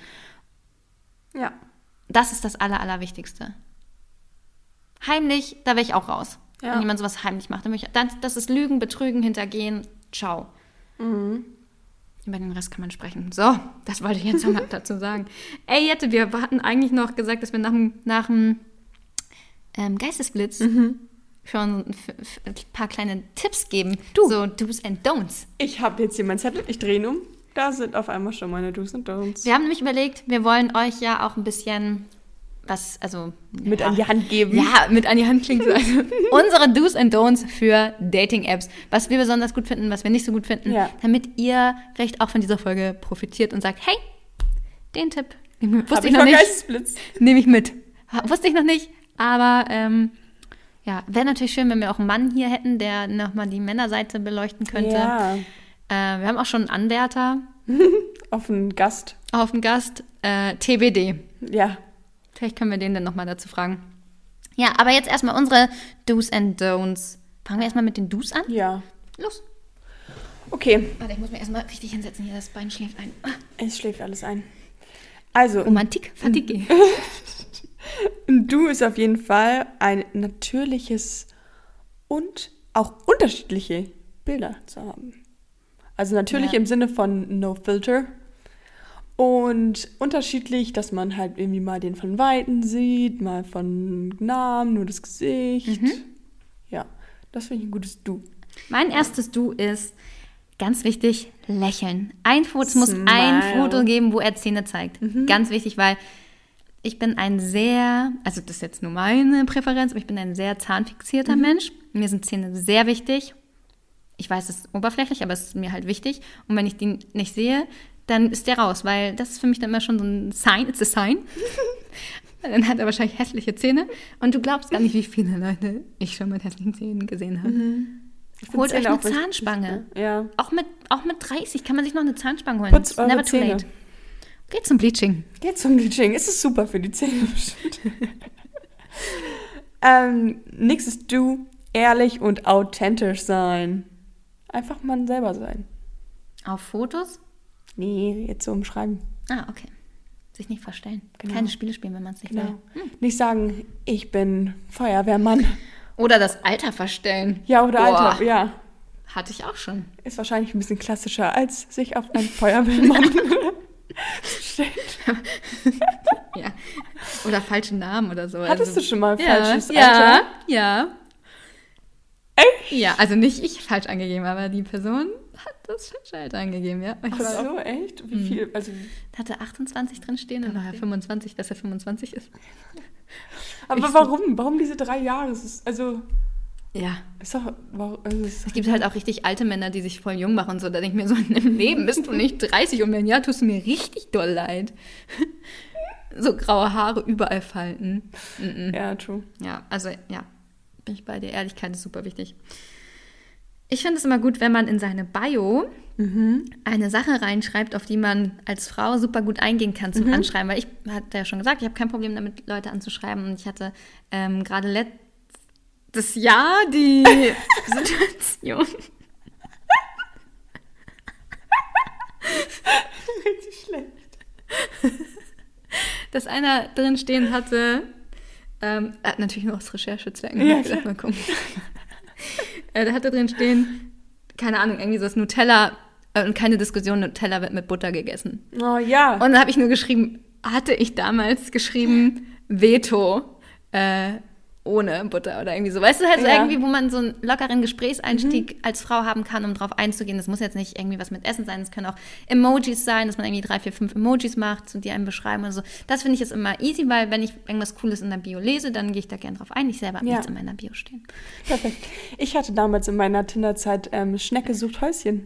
Ja. Das ist das Aller, Allerwichtigste. Heimlich, da wäre ich auch raus. Ja. Wenn jemand sowas heimlich macht. Dann ich, das, das ist Lügen, Betrügen, Hintergehen. Ciao. Mhm. Über den Rest kann man sprechen. So, das wollte ich jetzt nochmal dazu sagen. Ey, Jette, wir hatten eigentlich noch gesagt, dass wir nach dem, nach dem ähm, Geistesblitz Mhm. schon f- f- ein paar kleine Tipps geben. Du. So Do's and Don'ts. Ich habe jetzt hier meinen Zettel, ich drehe ihn um. Da sind auf einmal schon meine Do's und Don'ts. Wir haben nämlich überlegt, wir wollen euch ja auch ein bisschen was, also... Mit ja, an die Hand geben. Ja, mit an die Hand klingt so. Also unsere Do's and Don'ts für Dating-Apps. Was wir besonders gut finden, was wir nicht so gut finden. Ja. Damit ihr vielleicht auch von dieser Folge profitiert und sagt, hey, den Tipp Hab wusste ich ich noch noch nicht, Geistesblitz. nehme ich mit. Ha- Wusste ich noch nicht, aber ähm, ja, wäre natürlich schön, wenn wir auch einen Mann hier hätten, der nochmal die Männerseite beleuchten könnte. Ja. Äh, wir haben auch schon einen Anwärter Auf einen Gast. auf dem Gast, äh, T B D. Ja. Vielleicht können wir den dann nochmal dazu fragen. Ja, aber jetzt erstmal unsere Do's and Don'ts. Fangen wir erstmal mit den Do's an? Ja. Los. Okay. Warte, ich muss mir erstmal richtig hinsetzen. Hier, das Bein schläft ein. Ah. Es schläft alles ein. Also, Romantik, Fatigue. ein Do ist auf jeden Fall ein natürliches und auch unterschiedliche Bilder zu haben. Also natürlich Ja. im Sinne von No Filter. Und unterschiedlich, dass man halt irgendwie mal den von Weitem sieht, mal von Namen, nur das Gesicht. Mhm. Ja, das finde ich ein gutes Du. Mein erstes Do ist, ganz wichtig, lächeln. Ein Foto, es muss Smile. ein Foto geben, wo er Zähne zeigt. Ganz wichtig, weil ich bin ein sehr, also das ist jetzt nur meine Präferenz, aber ich bin ein sehr zahnfixierter Mensch. Mir sind Zähne sehr wichtig. Ich weiß, es ist oberflächlich, aber es ist mir halt wichtig. Und wenn ich die nicht sehe, dann ist der raus, weil das ist für mich dann immer schon so ein Sign, it's a sign. Dann hat er wahrscheinlich hässliche Zähne. Und du glaubst gar nicht, wie viele Leute ich schon mit hässlichen Zähnen gesehen habe. Ich Holt find's euch eine auch wichtig. Zahnspange. Ja. Auch mit, auch mit dreißig kann man sich noch eine Zahnspange holen. Putzt It's eure never too Zähne. late. Geht zum Bleaching. Geht zum Bleaching. Es ist super für die Zähne bestimmt. ähm, nächstes Do, ehrlich und authentisch sein. Einfach man selber sein. Auf Fotos? Nee, jetzt so im Schreiben. Ah, okay. Sich nicht verstellen. Genau. Keine Spiele spielen, wenn man es nicht Genau. will. Nicht sagen, ich bin Feuerwehrmann. Oder das Alter verstellen. Ja, oder Boah. Alter. Ja. Hatte ich auch schon. Ist wahrscheinlich ein bisschen klassischer, als sich auf einen Feuerwehrmann zu stellen. Ja. Oder falsche Namen oder so. Hattest also, du schon mal ja, falsches ja, Alter? Ja. Echt? Ja, also nicht ich falsch angegeben, aber die Person hat das falsche Alter angegeben, ja. Ich Ach war so, echt? Wie Mhm. viel? Also, hatte achtundzwanzig drin stehen und nachher fünfundzwanzig, dass er fünfundzwanzig ist. aber Ich- warum? Warum diese drei Jahre? Es ist, also, Ja. ist doch, warum, also es Es gibt halt auch richtig alte Männer, die sich voll jung machen und so. Da denke ich mir so, im Leben bist du nicht dreißig und wenn ja, tust du mir richtig doll leid. So graue Haare überall falten. Mhm. ja, true. Ja, also ja, bin ich bei dir. Ehrlichkeit ist super wichtig. Ich finde es immer gut, wenn man in seine Bio eine Sache reinschreibt, auf die man als Frau super gut eingehen kann zum Anschreiben. Weil ich hatte ja schon gesagt, ich habe kein Problem damit, Leute anzuschreiben. Und ich hatte ähm, gerade letztes Jahr die Situation, Richtig schlecht. dass einer drin stehen hatte, ähm, äh, natürlich nur aus Recherchezwecken. Ja, Ich hab gedacht, mal gucken. äh, da hatte drin stehen, keine Ahnung, irgendwie so das Nutella äh, und keine Diskussion, Nutella wird mit Butter gegessen. Oh ja. Und dann habe ich nur geschrieben, hatte ich damals geschrieben, Veto. Äh, ohne Butter oder irgendwie so. Weißt du, halt so Ja. irgendwie, wo man so einen lockeren Gesprächseinstieg mhm. als Frau haben kann, um drauf einzugehen. Das muss jetzt nicht irgendwie was mit Essen sein, es können auch Emojis sein, dass man irgendwie drei, vier, fünf Emojis macht, so, die einem beschreiben oder so. Das finde ich jetzt immer easy, weil wenn ich irgendwas Cooles in der Bio lese, dann gehe ich da gerne drauf ein. Ich selber habe Ja. nichts in meiner Bio stehen. Perfekt. Ich hatte damals in meiner Tinder-Zeit ähm, Schnecke sucht Häuschen.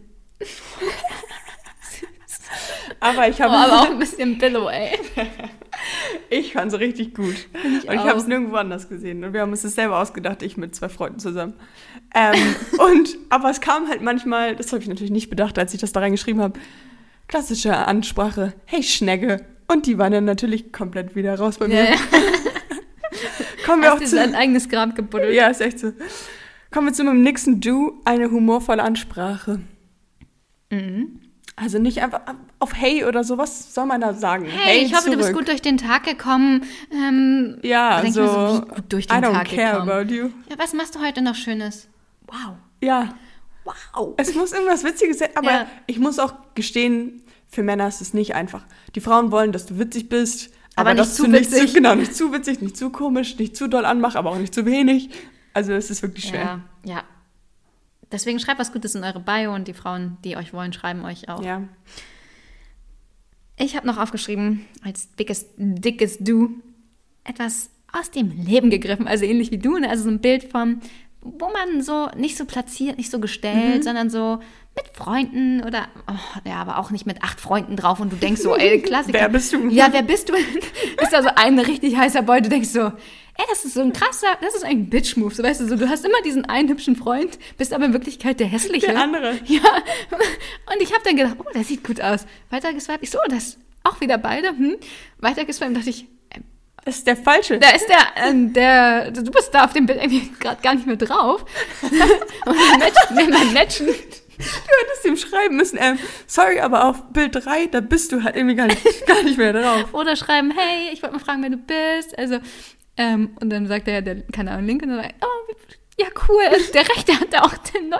aber ich Oh, habe... aber auch ein bisschen Billow, ey. Ich fand es richtig gut. Ich und ich auch. habe es nirgendwo anders gesehen. Und wir haben uns das selber ausgedacht, ich mit zwei Freunden zusammen. Ähm, und, aber es kam halt manchmal, das habe ich natürlich nicht bedacht, als ich das da reingeschrieben habe, klassische Ansprache, hey Schnecke. Und die waren dann natürlich komplett wieder raus bei mir. Ja, ja. Kommen wir Hast auch dir zu... sein eigenes Grab gebuddelt. Ja, ist echt so. Kommen wir zu meinem nächsten Du, eine humorvolle Ansprache. Mhm. Also nicht einfach auf Hey oder so, was soll man da sagen? Hey, ich hoffe, zurück. du bist gut durch den Tag gekommen. Ähm, Ja, da denk ich so, mir so, wie gut durch den I don't Tag care gekommen. about you. Ja, was machst du heute noch Schönes? Wow. Ja, Wow. es muss irgendwas Witziges sein, aber Ja. ich muss auch gestehen, für Männer ist es nicht einfach. Die Frauen wollen, dass du witzig bist, Aber aber, nicht dass zu du nicht witzig. zu, genau, nicht zu witzig, nicht zu komisch, nicht zu doll anmach, aber auch nicht zu wenig. Also es ist wirklich schwer. Ja, ja. Deswegen schreibt was Gutes in eure Bio und die Frauen, die euch wollen, schreiben euch auch. Ja. Ich habe noch aufgeschrieben, als dickes, dickes Du, etwas aus dem Leben gegriffen, also ähnlich wie du, ne? Also so ein Bild von, wo man so nicht so platziert, nicht so gestellt, Mhm. sondern so mit Freunden oder, oh, ja, aber auch nicht mit acht Freunden drauf und du denkst so, ey, Klassiker. Wer bist du? Ja, wer bist du? Ist da so ein richtig heißer Boy, du denkst so, ey, das ist so ein krasser, das ist ein Bitch-Move, so weißt du, so, du hast immer diesen einen hübschen Freund, bist aber in Wirklichkeit der hässliche. Der andere. Ja, und ich habe dann gedacht, oh, der sieht gut aus. Weiter geswiped, ich so, oh, das auch wieder beide. Hm. Weiter geswiped, dachte ich, ähm, Das ist der Falsche. da ist der, ähm, der, du bist da auf dem Bild irgendwie gerade gar nicht mehr drauf. Und wir matchen, wir mal matchen. Du hättest ihm schreiben müssen, ähm, sorry, aber auf Bild drei, da bist du halt irgendwie gar nicht, gar nicht mehr drauf. Oder schreiben, hey, ich wollte mal fragen, wer du bist. Also, ähm, und dann sagt er, der, keine Ahnung, Link, und dann sagt er, oh, ja, cool, also der Rechte hat da auch Tinder.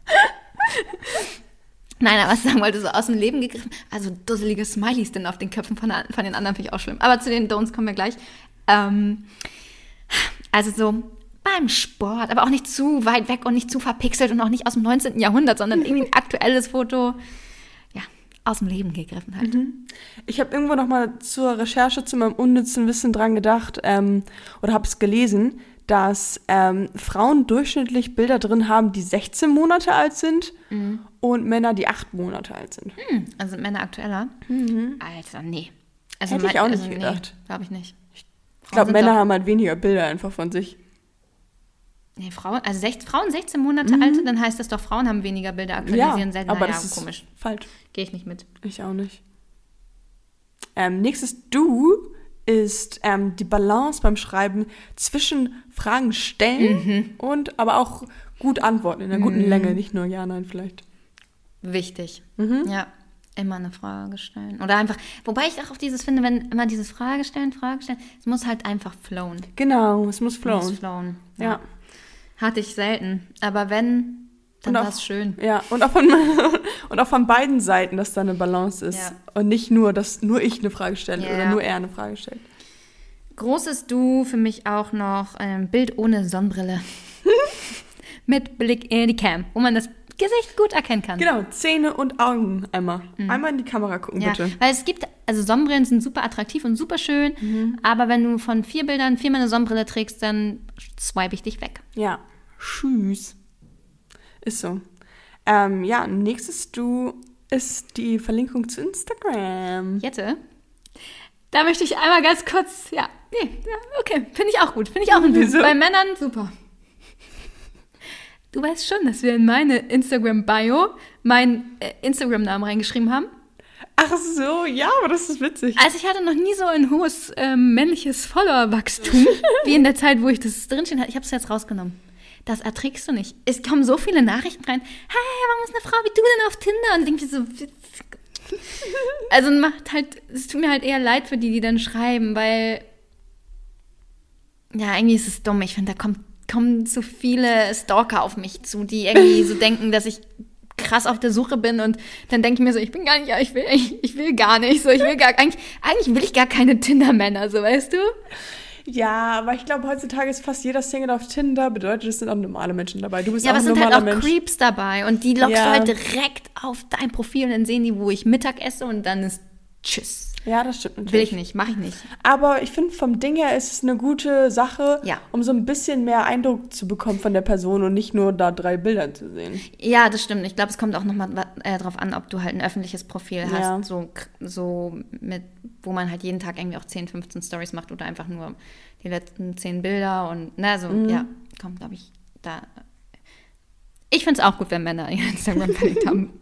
Nein, aber was ich sagen wollte, so aus dem Leben gegriffen. Also dusselige Smileys denn auf den Köpfen von, der, von den anderen finde ich auch schlimm. Aber zu den Don'ts kommen wir gleich. Ähm, also so beim Sport, aber auch nicht zu weit weg und nicht zu verpixelt und auch nicht aus dem neunzehnten Jahrhundert, sondern irgendwie ein aktuelles Foto, ja, aus dem Leben gegriffen halt. Ich habe irgendwo noch mal zur Recherche zu meinem unnützen Wissen dran gedacht ähm, oder habe es gelesen, dass ähm, Frauen durchschnittlich Bilder drin haben, die sechzehn Monate alt sind Mhm. und Männer, die acht Monate alt sind. Hm, also sind Männer aktueller? Alter, nee. Also Hätte ich mein- auch nicht also, gedacht. Nee, glaube ich nicht. Ich glaube, sind Männer doch- haben halt weniger Bilder einfach von sich. Nee, Frauen, also sech, Frauen sechzehn Monate alt, dann heißt das doch, Frauen haben weniger Bilder, aktualisieren seltener. aber Ja, das ist komisch. falsch. Gehe ich nicht mit. Ich auch nicht. Ähm, nächstes Du ist ähm, die Balance beim Schreiben zwischen Fragen stellen und aber auch gut antworten, in einer guten Länge, nicht nur Ja, Nein vielleicht. Wichtig. Mhm. Ja, immer eine Frage stellen. Oder einfach, wobei ich auch dieses finde, wenn immer dieses Frage stellen, Frage stellen, es muss halt einfach flowen. Genau, es muss Es muss flowen. flowen. Ja. Hatte ich selten. Aber wenn, dann Und auch- war es schön. Ja, und auch, von, und auch von beiden Seiten, dass da eine Balance ist. Ja. Und nicht nur, dass nur ich eine Frage stelle Ja. oder nur er eine Frage stellt. Großes Du für mich auch noch ein Bild ohne Sonnenbrille. Mit Blick in die Cam, wo man das Gesicht gut erkennen kann. Genau, Zähne und Augen einmal. Einmal in die Kamera gucken, Ja, bitte. weil es gibt, also Sonnenbrillen sind super attraktiv und super schön, Mhm. aber wenn du von vier Bildern viermal eine Sonnenbrille trägst, dann swipe ich dich weg. Ja, tschüss. Ist so. Ähm, ja, nächstes Du ist die Verlinkung zu Instagram. Jette, da möchte ich einmal ganz kurz, ja, nee, ja, okay, finde ich auch gut, finde ich auch ein Du. Wieso? Bei Männern super. Du weißt schon, dass wir in meine Instagram-Bio meinen äh, Instagram-Namen reingeschrieben haben. Ach so, ja, aber das ist witzig. Also ich hatte noch nie so ein hohes ähm, männliches Follower-Wachstum wie in der Zeit, wo ich das drinstehen hatte. Ich habe es jetzt rausgenommen. Das erträgst du nicht. Es kommen so viele Nachrichten rein. Hey, warum ist eine Frau wie du denn auf Tinder? Und denke ich so... Also macht halt, es tut mir halt eher leid für die, die dann schreiben, weil... Ja, irgendwie ist es dumm. Ich finde, da kommt, kommen so viele Stalker auf mich zu, die irgendwie so denken, dass ich krass auf der Suche bin und dann denke ich mir so, ich bin gar nicht, ja, ich will, ich, ich will gar nicht, so, ich will gar, eigentlich, eigentlich will ich gar keine Tinder-Männer, so, weißt du? Ja, aber ich glaube, heutzutage ist fast jeder Single auf Tinder. Bedeutet, es sind auch normale Menschen dabei. Du bist Ja, auch aber es ein sind halt normaler auch Mensch. Creeps dabei und die lockst Ja. du halt direkt auf dein Profil und dann sehen die, wo ich Mittag esse und dann ist Tschüss. Ja, das stimmt natürlich. Will ich nicht, mache ich nicht. Aber ich finde, vom Ding her ist es eine gute Sache, Ja. um so ein bisschen mehr Eindruck zu bekommen von der Person und nicht nur da drei Bilder zu sehen. Ja, das stimmt. Ich glaube, es kommt auch nochmal äh, drauf an, ob du halt ein öffentliches Profil hast, Ja. so, so mit, wo man halt jeden Tag irgendwie auch zehn, fünfzehn Stories macht oder einfach nur die letzten zehn Bilder und, na, so, Mhm. ja, kommt, glaube ich, da. Ich finde es auch gut, wenn Männer ihr Instagram verlinkt haben.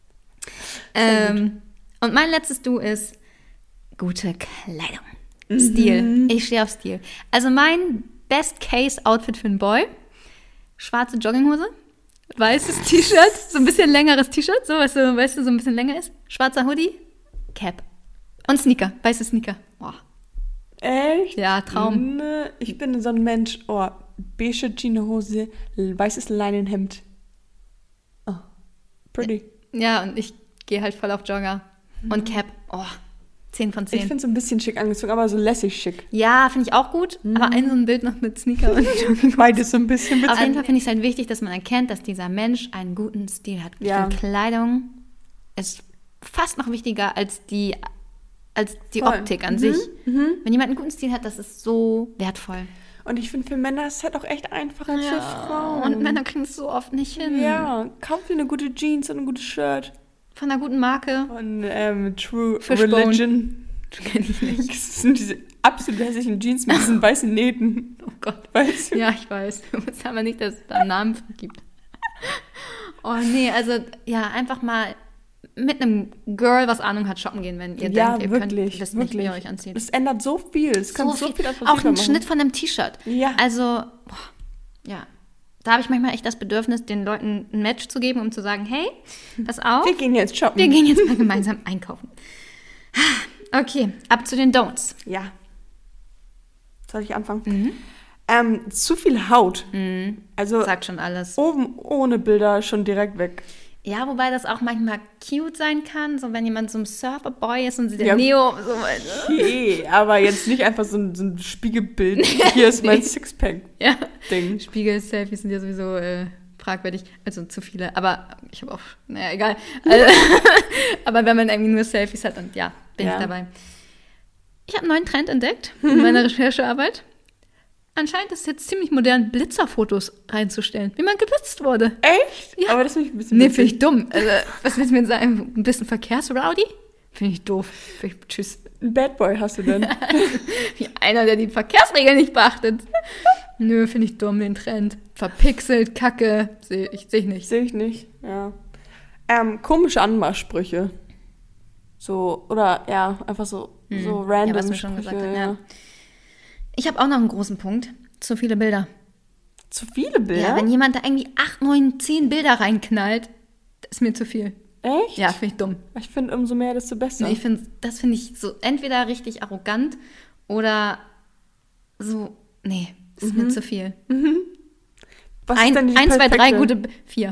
ähm, und mein letztes Du ist gute Kleidung. Mhm. Stil. Ich stehe auf Stil. Also mein Best-Case-Outfit für einen Boy, schwarze Jogginghose, weißes T-Shirt, so ein bisschen längeres T-Shirt, so, weißt du, weißt du, so ein bisschen länger ist, schwarzer Hoodie, Cap und Sneaker, weiße Sneaker. Boah. Echt? Ja, Traum. Ne, ich bin so ein Mensch, oh, beige Jeanshose, weißes Leinenhemd. Oh, pretty. Ja, und ich gehe halt voll auf Jogger und Cap. Oh, zehn von Ich zehn. finde es so ein bisschen schick angezogen, aber so lässig schick. Ja, finde ich auch gut, aber ein so ein Bild noch mit Sneaker und Jogging. Beides so ein bisschen mit. Auf jeden Fall finde ich es halt wichtig, dass man erkennt, dass dieser Mensch einen guten Stil hat. Ich Ja. finde, Kleidung ist fast noch wichtiger als die, als die Voll. Optik an Mhm, sich. Wenn jemand einen guten Stil hat, das ist so wertvoll. Und ich finde, für Männer ist es halt auch echt einfacher als für Frauen. Und Männer kriegen es so oft nicht hin. Ja, kauf dir eine gute Jeans und ein gutes Shirt. Von einer guten Marke. Von ähm, True Fishbone. Religion. Kenn ich nicht. Das sind diese absolut hässlichen Jeans mit diesen weißen Nähten. Oh Gott. Weißt du? Ja, ich weiß. Du musst aber nicht, dass es da einen Namen für gibt. Oh nee, also ja, einfach mal mit einem Girl, was Ahnung hat, shoppen gehen, wenn ihr Ja, denkt, ihr wirklich, könnt das nicht, wie wirklich. ihr euch anzieht. Es ändert so viel. Es kann so, viel attraktiver auch ein machen. Schnitt von einem T-Shirt. Ja. Also, boah, ja. Da habe ich manchmal echt das Bedürfnis, den Leuten ein Match zu geben, um zu sagen, hey, pass auf, Wir gehen jetzt shoppen. wir gehen jetzt mal gemeinsam einkaufen. Okay, ab zu den Don'ts. Ja. Soll ich anfangen? Mhm. Ähm, zu viel Haut. Also Sagt schon alles. oben ohne Bilder schon direkt weg. Ja, wobei das auch manchmal cute sein kann, so wenn jemand so ein Surferboy ist und sie der Ja. Neo so, Okay, aber jetzt nicht einfach so ein, so ein Spiegelbild. Hier ist mein Nee. Sixpack-Ding. ja. Spiegel-Selfies sind ja sowieso äh, fragwürdig, also zu viele, aber ich habe auch, naja, egal. Also, aber wenn man irgendwie nur Selfies hat, dann ja, bin Ja. ich dabei. Ich habe einen neuen Trend entdeckt in meiner Recherchearbeit. Anscheinend ist es jetzt ziemlich modern, Blitzerfotos reinzustellen, wie man geblitzt wurde. Echt? Ja. Aber das finde ich ein bisschen Nee, witzig. finde ich dumm. Also, was willst du mir sagen? Ein bisschen Verkehrsrowdy? Finde ich doof. Find ich, tschüss. Ein Bad Boy hast du denn? Wie einer, der die Verkehrsregeln nicht beachtet. Nö, finde ich dumm, den Trend. Verpixelt, Kacke. Sehe ich, seh ich nicht. Sehe ich nicht, ja. Ähm, komische Anmachsprüche. So, oder ja, einfach so, so random Hm. Ja, was wir schon Sprüche, gesagt haben, ja. Ich habe auch noch einen großen Punkt. Zu viele Bilder. Zu viele Bilder? Ja, wenn jemand da irgendwie acht, neun, zehn Bilder reinknallt, das ist mir zu viel. Echt? Ja, finde ich dumm. Ich finde, umso mehr, desto besser. Nee, ich find, das finde ich so entweder richtig arrogant oder so, nee, das ist mir zu viel. Was Ein, ist denn die ein zwei, drei perfekte? gute, B- vier.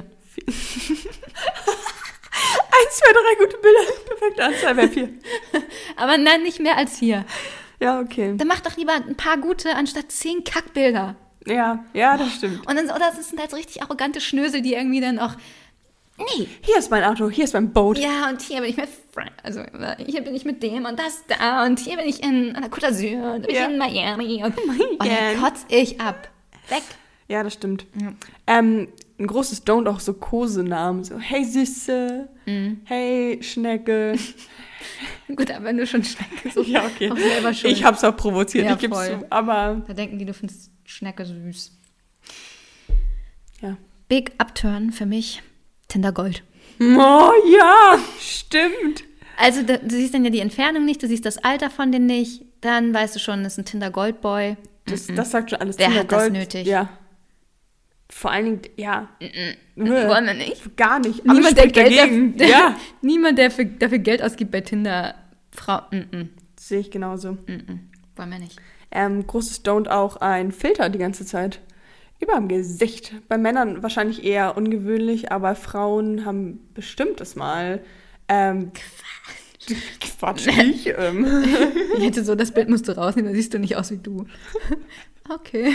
Eins, zwei, drei gute Bilder. Perfekte Anzahl wäre vier. Aber nein, nicht mehr als vier. Ja, okay. Dann mach doch lieber ein paar gute anstatt zehn Kackbilder. Ja, ja, das stimmt. Und dann, oder das sind halt so richtig arrogante Schnösel, die irgendwie dann auch, nee, Hier ist mein Auto, hier ist mein Boot. ja, und hier bin ich mit Frank, also hier bin ich mit dem und das da und hier bin ich in, an der Côte d'Azur und da bin Ja. ich in Miami und, my und dann God. kotz ich ab. Weg. Ja, das stimmt. Ja. Ähm, ein großes Don't auch so Kosenamen. So, hey Süße, Mhm. hey Schnecke. Gut, aber wenn du schon Schnecke so Ja, okay. auch selber schuld. Ich hab's auch provoziert, Ja, ich geb's voll. zu. Aber, Da denken die, du findest Schnecke süß. ja. Big Upturn für mich, Tinder Gold. Oh, ja, stimmt. Also da, du siehst dann ja die Entfernung nicht, du siehst das Alter von denen nicht, dann weißt du schon, das ist ein Tinder Gold Boy. Das, das sagt schon alles. Wer Tinder hat das Gold, nötig? Ja. Vor allen Dingen, ja. Wollen wir nicht. Gar nicht. Alles Niemand, der spricht Geld dagegen. dafür, Ja. Niemand, der für, dafür Geld ausgibt bei Tinder. Frau, mm -mm, Sehe ich genauso. mm -mm, wollen wir nicht. Ähm, großes Don't auch ein Filter die ganze Zeit. Über dem Gesicht. Bei Männern wahrscheinlich eher ungewöhnlich, aber Frauen haben bestimmt das mal. Ähm, Quatsch, ich. Ähm. Ich hätte so, das Bild musst du rausnehmen, dann siehst du nicht aus wie du. Okay.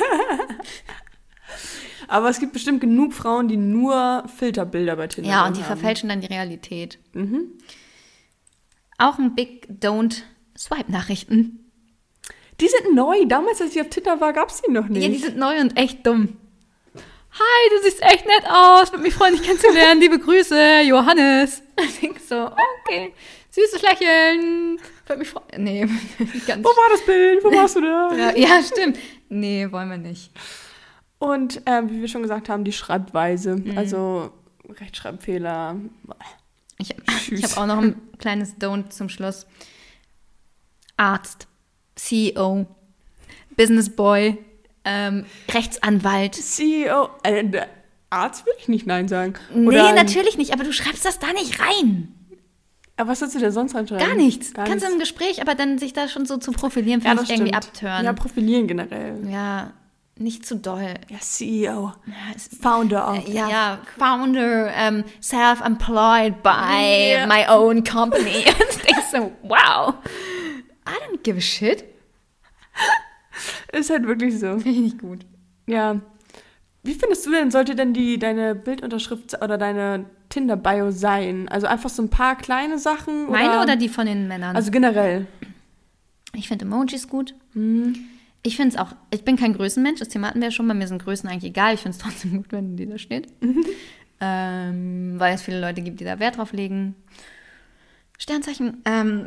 Aber es gibt bestimmt genug Frauen, die nur Filterbilder bei Tinder haben. Ja, und die verfälschen dann die Realität. Mhm. Auch ein Big Don't Swipe-Nachrichten. Die sind neu. Damals, als ich auf Tinder war, gab es die noch nicht. Ja, die sind neu und echt dumm. Hi, du siehst echt nett aus. Würde mich freuen, dich kennenzulernen. Liebe Grüße, Johannes. Ich denke so, okay. Süßes Lächeln. Würde mich freuen. Nee, ganz. Wo war das Bild? Wo warst du da? Ja, ja, stimmt. Nee, wollen wir nicht. Und äh, wie wir schon gesagt haben, die Schreibweise. Mhm. Also Rechtschreibfehler. Ich, ich habe auch noch ein kleines Don't zum Schluss. Arzt, C E O, Business Boy, ähm, Rechtsanwalt. C E O, äh, der Arzt würde ich nicht Nein sagen. Nee, Oder ein- natürlich nicht, aber du schreibst das da nicht rein. Aber was sollst du denn sonst reinschreiben? Gar nichts. Gar Kannst du nichts. im Gespräch, aber dann sich da schon so zu profilieren, Ja, finde das ich irgendwie stimmt. abtören. Ja, profilieren generell. Ja, nicht zu doll. Ja, C E O. Ja, es- Founder of. Ja, ja, Founder, um, self-employed by Ja. my own company. Und ich denke so, wow. I don't give a shit. Ist halt wirklich so. Finde ich nicht gut. Ja. Wie findest du denn, sollte denn die deine Bildunterschrift oder deine Tinder-Bio sein? Also einfach so ein paar kleine Sachen? Meine oder, oder die von den Männern? Also generell. Ich finde Emojis gut. Hm. Ich finde es auch, ich bin kein Größenmensch, das Thema hatten wir ja schon, bei mir sind Größen eigentlich egal. Ich finde es trotzdem gut, wenn die da steht. ähm, weil es viele Leute gibt, die da Wert drauf legen. Sternzeichen. Ähm.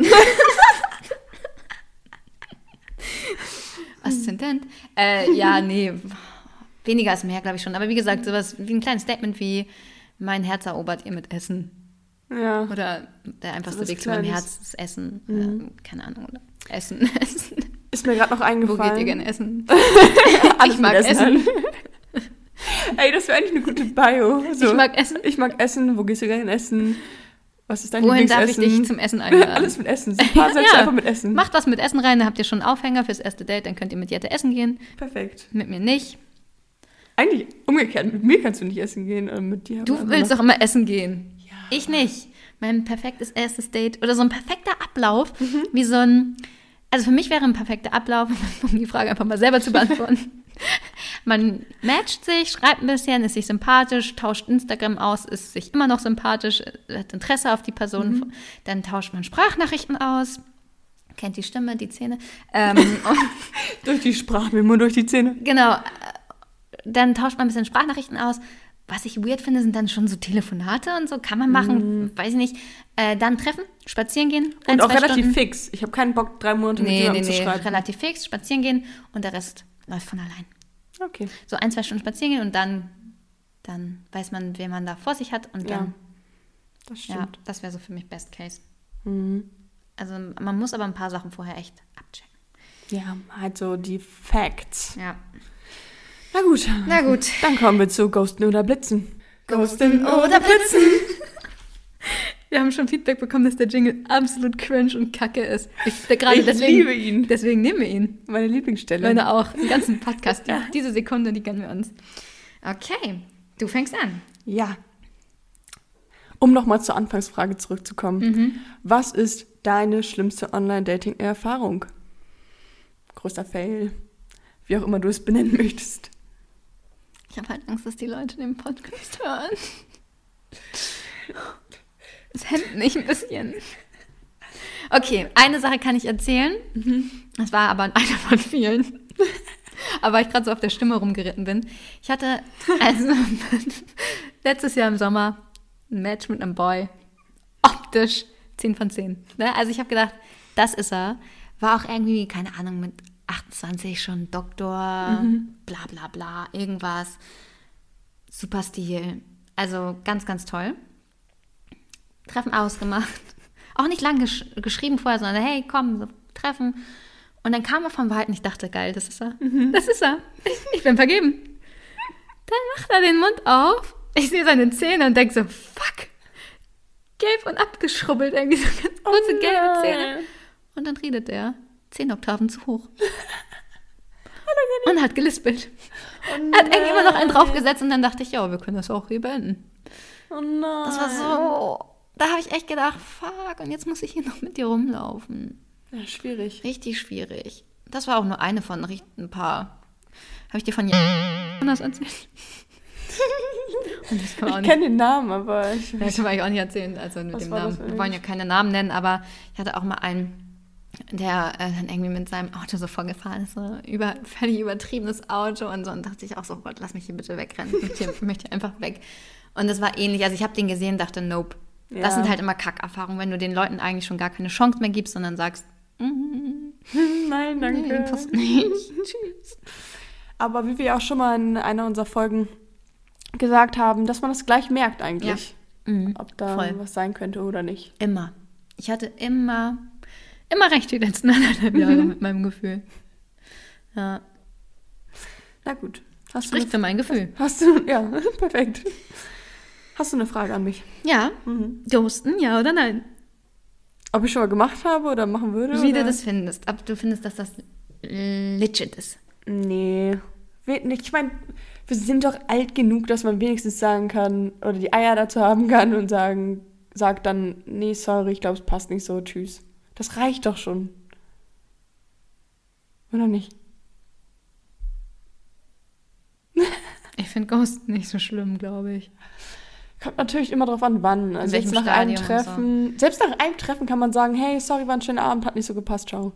Aszendent. Äh, ja, nee. Weniger ist mehr, glaube ich schon. Aber wie gesagt, sowas wie ein kleines Statement wie mein Herz erobert ihr mit Essen. Ja. Oder der einfachste was Weg zu meinem Kleines. Herz ist Essen. Mhm. Äh, keine Ahnung. Oder Essen. Essen. Ist mir gerade noch Wo eingefallen. geht ihr gerne essen? Alles Ich mag mit Essen. Ey, das wäre eigentlich eine gute Bio. So, Ich mag Essen. Ich mag Essen. Wo gehst du gerne essen? Was ist dein Wohin darf ich Lieblingsessen? dich zum Essen einladen? Alles mit Essen. So ein paar Sätze Ja. einfach mit Essen. Macht was mit Essen rein, dann habt ihr schon einen Aufhänger fürs erste Date, dann könnt ihr mit Jette essen gehen. Perfekt. Mit mir nicht. Eigentlich umgekehrt. Mit mir kannst du nicht essen gehen. Oder mit dir. Du aber willst noch- doch immer essen gehen. Ja. Ich nicht. Mein perfektes erstes Date oder so ein perfekter Ablauf, wie so ein, also für mich wäre ein perfekter Ablauf, um die Frage einfach mal selber zu beantworten. Man matcht sich, schreibt ein bisschen, ist sich sympathisch, tauscht Instagram aus, ist sich immer noch sympathisch, hat Interesse auf die Person. Mhm. Dann tauscht man Sprachnachrichten aus, kennt die Stimme, die Zähne. Ähm, und Durch die Sprachmemo, durch die Zähne. genau, äh, dann tauscht man ein bisschen Sprachnachrichten aus. Was ich weird finde, sind dann schon so Telefonate und so. Kann man machen, weiß ich nicht. Äh, dann treffen, spazieren gehen. ein, Und auch zwei relativ Stunden. fix. Ich habe keinen Bock, drei Monate mit Nee, nee, jemandem zu nee, schreiben. relativ fix, spazieren gehen und der Rest läuft von allein. Okay. So ein, zwei Stunden spazieren gehen und dann, dann weiß man, wen man da vor sich hat. Und Ja, dann, das ja, stimmt. das wäre so für mich Best Case. Mhm. Also man muss aber ein paar Sachen vorher echt abchecken. Ja, halt so die Facts. Ja. Na gut. Na gut. Dann kommen wir zu Ghosten oder Blitzen. Ghosten oder Blitzen. Wir haben schon Feedback bekommen, dass der Jingle absolut cringe und kacke ist. Ich, der, gerade Ich deswegen, liebe ihn. Deswegen nehmen wir ihn. Meine Lieblingsstelle. Meine auch. Den ganzen Podcast. Die, diese Sekunde, die gönnen wir uns. Okay, du fängst an. Ja. Um nochmal zur Anfangsfrage zurückzukommen. Mhm. Was ist deine schlimmste Online-Dating-Erfahrung? Größter Fail. Wie auch immer du es benennen möchtest. Ich habe halt Angst, dass die Leute den Podcast hören. Es hemmt mich ein bisschen. Okay, eine Sache kann ich erzählen. Das war aber einer von vielen. Aber weil ich gerade so auf der Stimme rumgeritten bin. Ich hatte also letztes Jahr im Sommer ein Match mit einem Boy. Optisch zehn von zehn. Ne? Also ich habe gedacht, das ist er. War auch irgendwie, keine Ahnung, mit achtundzwanzig schon Doktor, bla bla bla, irgendwas. Super Stil. Also ganz, ganz toll. Treffen ausgemacht. Auch nicht lang gesch- geschrieben vorher, sondern hey, komm, so, treffen. Und dann kam er vom Wald und ich dachte, geil, das ist er. Das ist er. Ich bin vergeben. Dann macht er den Mund auf. Ich sehe seine Zähne und denke so, fuck. Gelb und abgeschrubbelt, irgendwie so ganz kurze gelbe Zähne. Und dann redet er zehn Oktaven zu hoch. Und hat gelispelt. Oh Hat irgendwie immer noch einen draufgesetzt und dann dachte ich, ja, wir können das auch hier beenden. Oh nein. Das war so da habe ich echt gedacht, fuck, und jetzt muss ich hier noch mit dir rumlaufen. Ja, schwierig. Richtig schwierig. Das war auch nur eine von ein paar. Habe ich dir von Jonas erzählt? Und das kann man auch Ich nicht. kenne den Namen, aber ich Ja, kann man eigentlich auch nicht erzählen, also mit Was dem war Namen. das Wir wollen ja keine Namen nennen, aber ich hatte auch mal einen, der äh, dann irgendwie mit seinem Auto so vorgefahren ist, so über, völlig übertriebenes Auto und so. Und dachte ich auch so, oh Gott, lass mich hier bitte wegrennen. Ich möchte, ich möchte einfach weg. Und das war ähnlich. Also ich habe den gesehen und dachte, nope. Ja. Das sind halt immer Kackerfahrungen, wenn du den Leuten eigentlich schon gar keine Chance mehr gibst, sondern sagst, mm, Nein, danke. nee, passt nicht. Tschüss. Aber wie wir auch schon mal in einer unserer Folgen gesagt haben, dass man das gleich merkt eigentlich, Mhm, ob da voll. was sein könnte oder nicht. Immer. Ich hatte immer, immer recht die letzten anderthalb Jahre mit meinem Gefühl. Ja, Na gut. Hast spricht du für eine, mein Gefühl. hast du, ja, perfekt. Hast du eine Frage an mich? Ja, Mhm. ghosten, ja oder nein? Ob ich schon mal gemacht habe oder machen würde? Wie oder? du das findest. Ob du findest, dass das legit ist. Nee. We- nicht. Ich meine, wir sind doch alt genug, dass man wenigstens sagen kann oder die Eier dazu haben kann und sagen, sagt dann, nee, sorry, ich glaube, es passt nicht so, tschüss. Das reicht doch schon. Oder nicht? Ich finde Ghosten nicht so schlimm, glaube ich. Kommt natürlich immer drauf an, wann. Also welchem selbst nach einem Stadium und so. Treffen, selbst nach einem Treffen kann man sagen, hey, sorry, war ein schöner Abend, hat nicht so gepasst, ciao.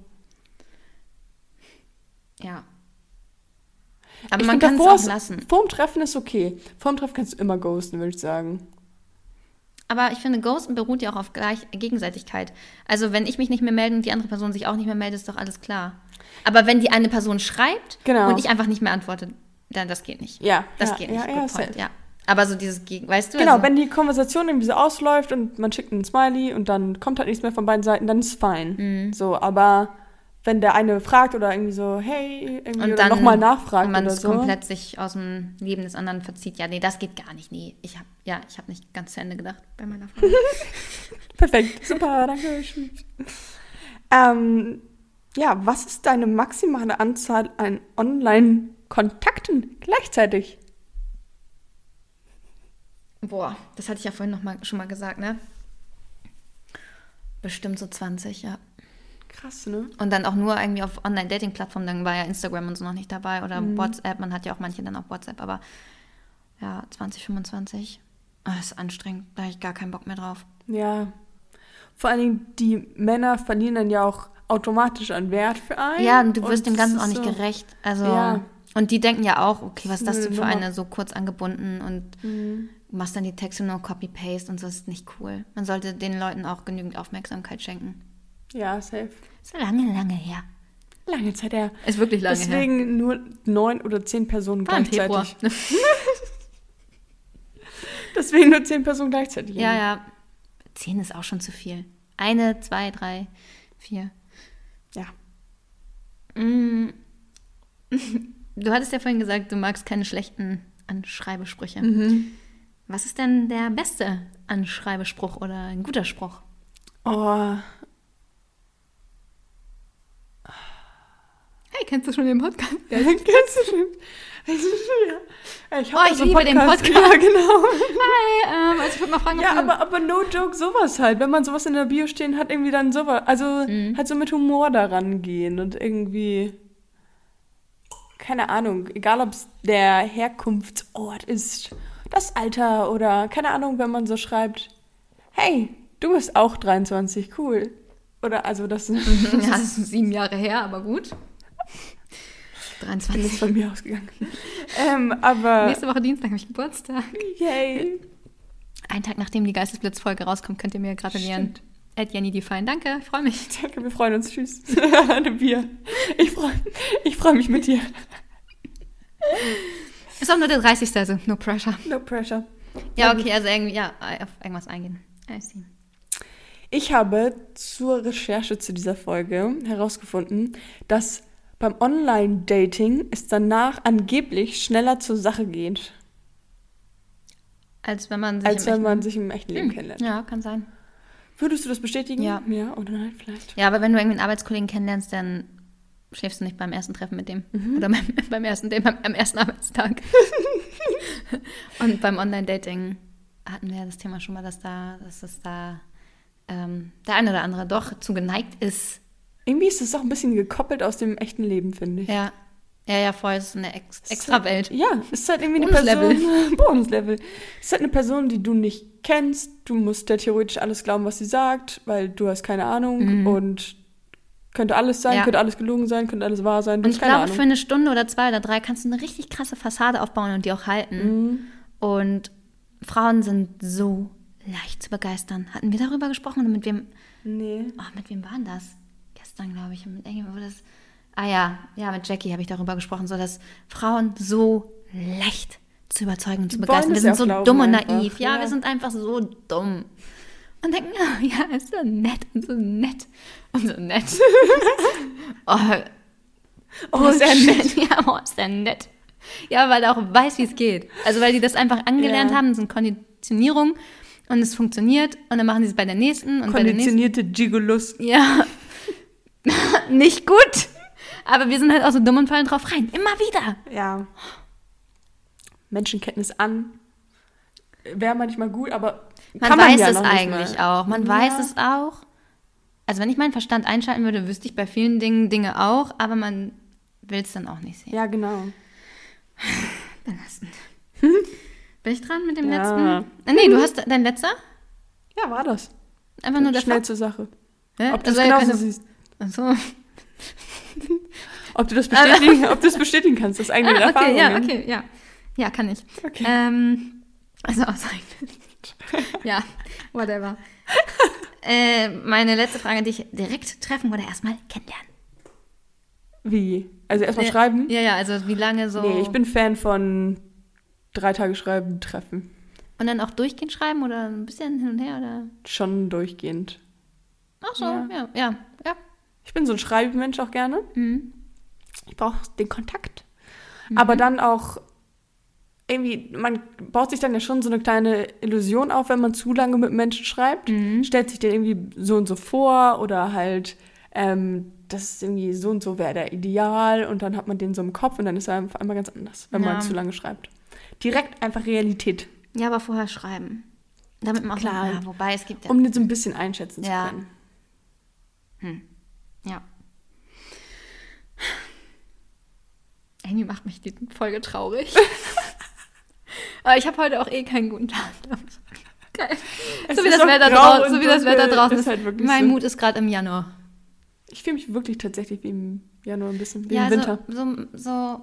Ja. Aber Ich man find, kann es davor auch ist- lassen. Vorm Treffen ist okay. Vorm Treffen kannst du immer ghosten, würde ich sagen. Aber ich finde, Ghosten beruht ja auch auf gleich Gegenseitigkeit. Also wenn ich mich nicht mehr melde und die andere Person sich auch nicht mehr meldet, ist doch alles klar. Aber wenn die eine Person schreibt Genau. und ich einfach nicht mehr antworte, dann das geht nicht. Ja, Das ja, geht ja, nicht. ja, Good point, safe. ja. Aber so dieses Gegen, weißt du? Genau, also, wenn die Konversation irgendwie so ausläuft und man schickt einen Smiley und dann kommt halt nichts mehr von beiden Seiten, dann ist fein. Mhm. So, aber wenn der eine fragt oder irgendwie so, hey, irgendwie und oder dann nochmal nachfragt und man oder es so. komplett sich aus dem Leben des anderen verzieht. Ja, nee, das geht gar nicht. Nee, ich habe ja, ich habe nicht ganz zu Ende gedacht bei meiner Frage. Perfekt, super, danke. ähm, ja, was ist deine maximale Anzahl an Online-Kontakten gleichzeitig? Boah, das hatte ich ja vorhin noch mal, schon mal gesagt, ne? Bestimmt so zwanzig, ja. Krass, ne? Und dann auch nur irgendwie auf Online-Dating-Plattformen, dann war ja Instagram und so noch nicht dabei oder Mhm. WhatsApp, man hat ja auch manche dann auf WhatsApp, aber ja, zwanzig, fünfundzwanzig, oh, das ist anstrengend, da habe ich gar keinen Bock mehr drauf. Ja. Vor allen Dingen, die Männer verlieren dann ja auch automatisch an Wert für einen. Ja, und du wirst und dem Ganzen das auch ist nicht so, gerecht, also Ja. und die denken ja auch, okay, was ist das Eine denn für Nummer. eine, so kurz angebunden und Mhm. machst dann die Texte nur Copy-Paste und so, das ist nicht cool. Man sollte den Leuten auch genügend Aufmerksamkeit schenken. Ja, safe. Ist ja lange, lange her. Lange Zeit her. Ist wirklich lange her. Deswegen nur neun oder zehn Personen War im Februar. gleichzeitig. Deswegen nur zehn Personen gleichzeitig. Ja, ja. Zehn ist auch schon zu viel. Eine, zwei, drei, vier. Ja. Mm. Du hattest ja vorhin gesagt, du magst keine schlechten Anschreibesprüche. Mhm. Was ist denn der beste Anschreibespruch oder ein guter Spruch? Oh, Hey, kennst du schon den Podcast? ja, den kennst du schon. Ja. Ich, hab Oh, da ich so einen liebe den Podcast. Ja, genau. Hi, ähm, also ich würde mal fragen, ob Ja, du... aber, aber no joke, sowas halt. Wenn man sowas in der Bio stehen hat, irgendwie dann sowas. Also Mhm. halt so mit Humor daran gehen und irgendwie, keine Ahnung, egal ob es der Herkunftsort ist, das Alter oder keine Ahnung, wenn man so schreibt, hey, du bist auch dreiundzwanzig, cool. Oder also das, ja, das ist sieben Jahre her, aber gut. bin dreiundzwanzig. ist von mir ausgegangen. ähm, aber, Nächste Woche Dienstag habe ich Geburtstag. yay. Einen Tag nachdem die Geistesblitz-Folge rauskommt, könnt ihr mir gratulieren. Stimmt. At Jenny Define. Danke, ich freue mich. Danke, wir freuen uns. Tschüss. Eine Bier. Ich freue ich freu mich mit dir. Ist auch nur der dreißigste, also no pressure. No pressure. Ja, okay, also irgendwie, ja, auf irgendwas eingehen. I see. Ich habe zur Recherche zu dieser Folge herausgefunden, dass beim Online-Dating es danach angeblich schneller zur Sache geht, Als wenn man sich als im wenn man echten- sich im echten Leben Hm, kennenlernt. Ja, kann sein. Würdest du das bestätigen? Ja. Ja, oder nein, vielleicht. Ja, aber wenn du irgendwie einen Arbeitskollegen kennenlernst, dann schläfst du nicht beim ersten Treffen mit dem. Mhm. Oder beim, beim ersten Date, beim, am ersten Arbeitstag. Und beim Online-Dating, hatten wir ja das Thema schon mal, dass da, dass es da ähm, der eine oder andere doch zu geneigt ist. Irgendwie ist es auch ein bisschen gekoppelt aus dem echten Leben, finde ich. Ja, ja, ja, voll, es ist eine Ex- extra Welt. Ja, es ist halt irgendwie eine Bonuslevel. Person. Bonuslevel. Es ist halt eine Person, die du nicht kennst. Du musst der theoretisch alles glauben, was sie sagt, weil du hast keine Ahnung Mhm. und könnte alles sein, Ja. könnte alles gelogen sein, könnte alles wahr sein. Du Und hast ich keine glaube, Ahnung. für eine Stunde oder zwei oder drei kannst du eine richtig krasse Fassade aufbauen und die auch halten. Mhm. Und Frauen sind so leicht zu begeistern. Hatten wir darüber gesprochen oder mit wem? Nee. Oh, mit wem war denn das? Gestern, glaube ich. Mit irgendjemandem, wo das. Ah ja, ja, mit Jackie habe ich darüber gesprochen, so dass Frauen so leicht zu überzeugen und zu Die begeistern. wollen Wir es sind ja so auch glauben dumm und einfach, naiv. Ja, ja. wir sind einfach so dumm. Und denken, ja, ja, ist so nett und so nett und so nett. oh, Oh, sehr nett. Ja, oh, ist der nett. Ja, weil er auch weiß, wie es geht. Also weil die das einfach angelernt Ja. haben, das sind Konditionierung und es funktioniert und dann machen sie es bei der nächsten und bei der nächsten. Konditionierte Gigolos. Ja, nicht gut. Aber wir sind halt auch so dumm und fallen drauf rein. Immer wieder. Ja. Menschenkenntnis an. Wäre manchmal gut, aber Man kann man weiß ja es noch nicht eigentlich mal. auch. Man Ja. weiß es auch. Also wenn ich meinen Verstand einschalten würde, wüsste ich bei vielen Dingen Dinge auch, aber man will es dann auch nicht sehen. Ja, genau. Belastend. Bin ich dran mit dem Ja. letzten? Ah, nee, du hast dein letzter? Ja, war das. Einfach nur der Schnell Fakt? zur Sache. Ja? Ob du das Also ja genauso keine- siehst. Ach so. Ob du das bestätigen, ob du das bestätigen kannst, das eigene Ah, okay, Erfahrungen. ja, okay, ja. Ja, kann ich. Okay. Ähm, also aus Ja, whatever. äh, meine letzte Frage, dich direkt treffen oder erstmal kennenlernen? Wie? Also erstmal Ja, schreiben? Ja, ja, also wie lange so. Nee, ich bin Fan von drei Tage schreiben, treffen. Und dann auch durchgehend schreiben oder ein bisschen hin und her oder? Schon durchgehend. Ach so, Ja. ja, ja, ja. Ich bin so ein Schreibmensch auch gerne. Mhm. Ich brauche den Kontakt. Aber dann auch irgendwie, man baut sich dann ja schon so eine kleine Illusion auf, wenn man zu lange mit Menschen schreibt. Mhm. Stellt sich den irgendwie so und so vor oder halt, ähm, das ist irgendwie so und so wäre der Ideal und dann hat man den so im Kopf und dann ist er auf einmal ganz anders, wenn Ja. man zu lange schreibt. Direkt einfach Realität, Ja, aber vorher schreiben. Damit man auch Klar. So, ja, wobei es gibt ja. um den so ein bisschen einschätzen Ja. zu können. Ja. Amy macht mich die Folge traurig. Aber ich habe heute auch eh keinen guten Tag. Geil. Es So wie, ist das auch Wetter grau drau- so und wie das dunkel, Wetter draußen ist ist. halt wirklich mein so. Mut ist gerade im Januar. Ich fühle mich wirklich tatsächlich wie im Januar ein bisschen, wie ja, im Winter. so, so, so.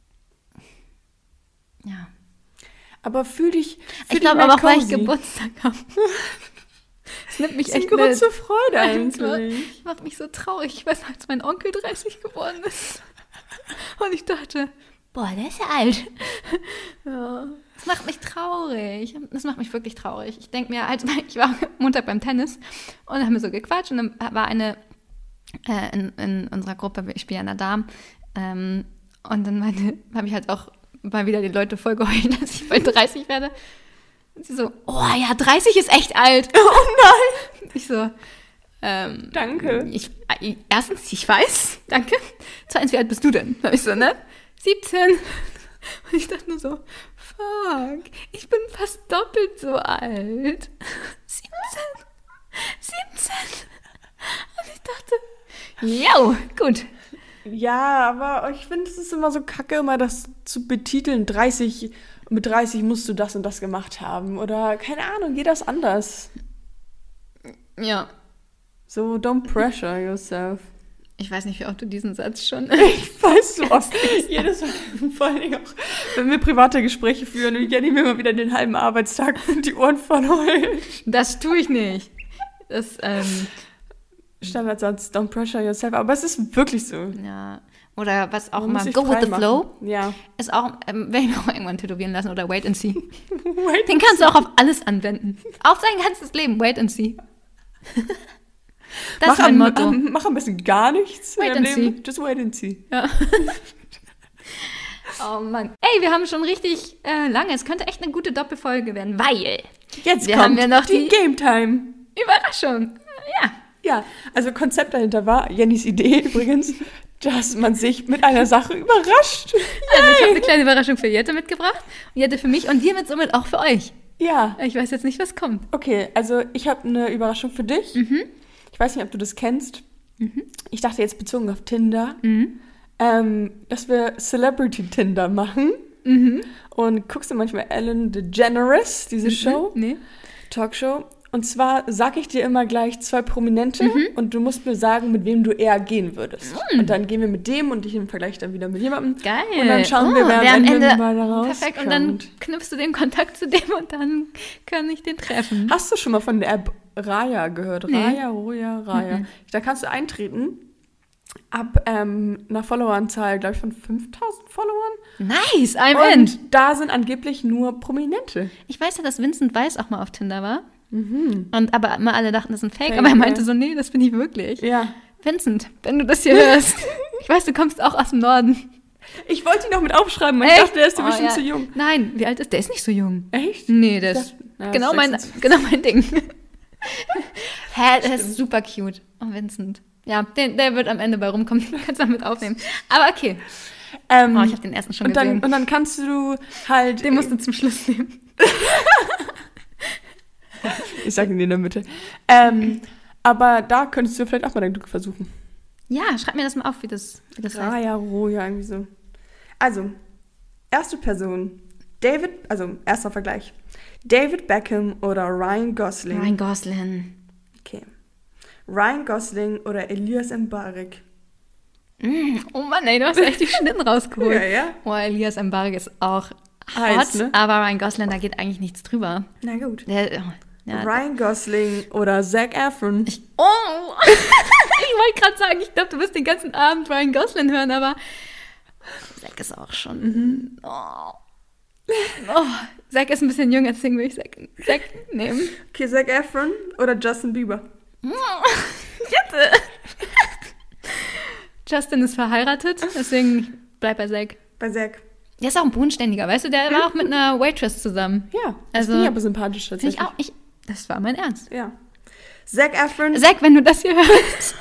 Ja. Aber fühl dich, fühl Ich dich glaube mehr aber auch, weil ich cozy. Geburtstag habe. Es nimmt mich Das ist echt ein Grund mit. zur Freude Das eigentlich. macht mich so traurig. Ich weiß noch, als mein Onkel dreißig geworden ist. Und ich dachte, boah, der ist ja alt. Ja. Das macht mich traurig. Das macht mich wirklich traurig. Ich denke mir, als ich war Montag beim Tennis und haben wir so gequatscht und dann war eine äh, in, in unserer Gruppe, ich spiele ja in der Damen, ähm, und dann habe ich halt auch mal wieder die Leute voll geheult, dass ich bald dreißig werde. Und sie so, oh ja, dreißig ist echt alt. Oh nein! Ich so, ähm, Danke. Ich, äh, erstens, ich weiß, danke. Zweitens, wie alt bist du denn? Da hab ich so, ne? siebzehn. Und ich dachte nur so, fuck, ich bin fast doppelt so alt. siebzehn. siebzehn. Und ich dachte, yo, gut. Ja, aber ich finde, es ist immer so kacke, immer das zu betiteln. dreißig, mit dreißig musst du das und das gemacht haben. Oder, keine Ahnung, jeder ist anders. Ja. So, don't pressure yourself. Ich weiß nicht, wie oft du diesen Satz schon... Ich weiß so oft. Jedes Mal, vor allen Dingen auch, wenn wir private Gespräche führen und Jenny mir immer wieder den halben Arbeitstag die Ohren voll heult. Das tue ich nicht. Das, ähm... Standardsatz, don't pressure yourself. Aber es ist wirklich so. Ja. Oder was auch Man immer, muss sich go with frei the machen. flow. Ja. Ist auch, ähm, werde ich mir auch irgendwann tätowieren lassen oder wait and see. Wait Den kannst du auch auf alles anwenden. Auf dein ganzes Leben, wait and see. Das mach ist mein am, Motto. am, mach am besten gar nichts Wait in deinem and Leben. see. Just wait and see. Ja. Oh Mann. Ey, wir haben schon richtig äh, lange. Es könnte echt eine gute Doppelfolge werden, weil Jetzt Wir kommt haben ja noch die die- Game Time. Überraschung. Ja. Ja, also Konzept dahinter war, Jennys Idee übrigens, dass man sich mit einer Sache überrascht. Also ich habe eine kleine Überraschung für Jette mitgebracht. Und Jette für mich und hiermit somit auch für euch. Ja. Ich weiß jetzt nicht, was kommt. Okay, also ich habe eine Überraschung für dich. Mhm. Ich weiß nicht, ob du das kennst. Mhm. Ich dachte jetzt bezogen auf Tinder, Mhm. ähm, dass wir Celebrity-Tinder machen. Mhm. Und guckst du manchmal Ellen DeGeneres, diese Show, Nee. Talkshow. Und zwar sage ich dir immer gleich zwei Prominente Mhm. und du musst mir sagen, mit wem du eher gehen würdest. Und dann gehen wir mit dem und ich im Vergleich dann wieder mit jemandem. Geil. Und dann schauen Oh, wir, wer, wer am am Ende, Ende- mal da rauskommt. Perfekt. Und dann knüpfst du den Kontakt zu dem und dann kann ich den treffen. Hast du schon mal von der App Raya gehört? Nee. Raya, Roya, Raya. Mhm. Da kannst du eintreten. Ab ähm, einer Followeranzahl, glaube ich, von fünftausend Followern. Nice, I'm in. Und da sind angeblich nur Prominente. Ich weiß ja, dass Vincent Weiss auch mal auf Tinder war. Mhm. Und aber immer alle dachten, das ist ein Fake. Fake, aber er meinte ja. so, nee, das bin ich wirklich. Ja. Vincent, wenn du das hier hörst. Ich weiß, du kommst auch aus dem Norden. Ich wollte ihn noch mit aufschreiben, weil ich Echt? dachte, der ist Oh, bestimmt ja. zu jung. Nein, wie alt ist der? Der ist nicht so jung. Echt? Nee, der ist Ja, genau, mein, sechsundzwanzig. genau mein Ding. Hä, der ist super cute. Oh, Vincent. Ja, der, der wird am Ende bei rumkommen. Den kannst du damit aufnehmen. Aber okay. Ähm, Oh, ich habe den ersten schon und, dann, gesehen. und dann kannst du halt... Den musst du zum Schluss nehmen. Ich sage ihn dir in der Mitte. Ähm, aber da könntest du vielleicht auch mal dein Glück versuchen. Ja, schreib mir das mal auf, wie das, wie das heißt. Raya, Roja, irgendwie so. Also, erste Person. David, also erster Vergleich. David Beckham oder Ryan Gosling? Ryan Gosling. Okay. Ryan Gosling oder Elias Mbarek? Mm, oh Mann, ey, du hast echt die Schnitten rausgeholt. Ja, ja. Oh, Elias Mbarek ist auch hot, Heiß, ne? aber Ryan Gosling, da geht eigentlich nichts drüber. Na gut. Der, oh, ja, Ryan Gosling oder Zac Efron? Ich, oh, ich wollte gerade sagen, ich glaube, du wirst den ganzen Abend Ryan Gosling hören, aber Zac ist auch schon. Mhm. Oh. Oh, Zac ist ein bisschen jünger, deswegen will ich Zac, Zac nehmen. Okay, Zac Efron oder Justin Bieber? Bitte. Justin ist verheiratet, deswegen bleib bei Zac. Bei Zac. Der ist auch ein bodenständiger, weißt du? Der war auch mit einer Waitress zusammen. Ja, das Also, finde ich aber sympathisch Finde ich tatsächlich. auch. Ich, das war mein Ernst. Ja. Zac Efron, Zac, wenn du das hier hörst.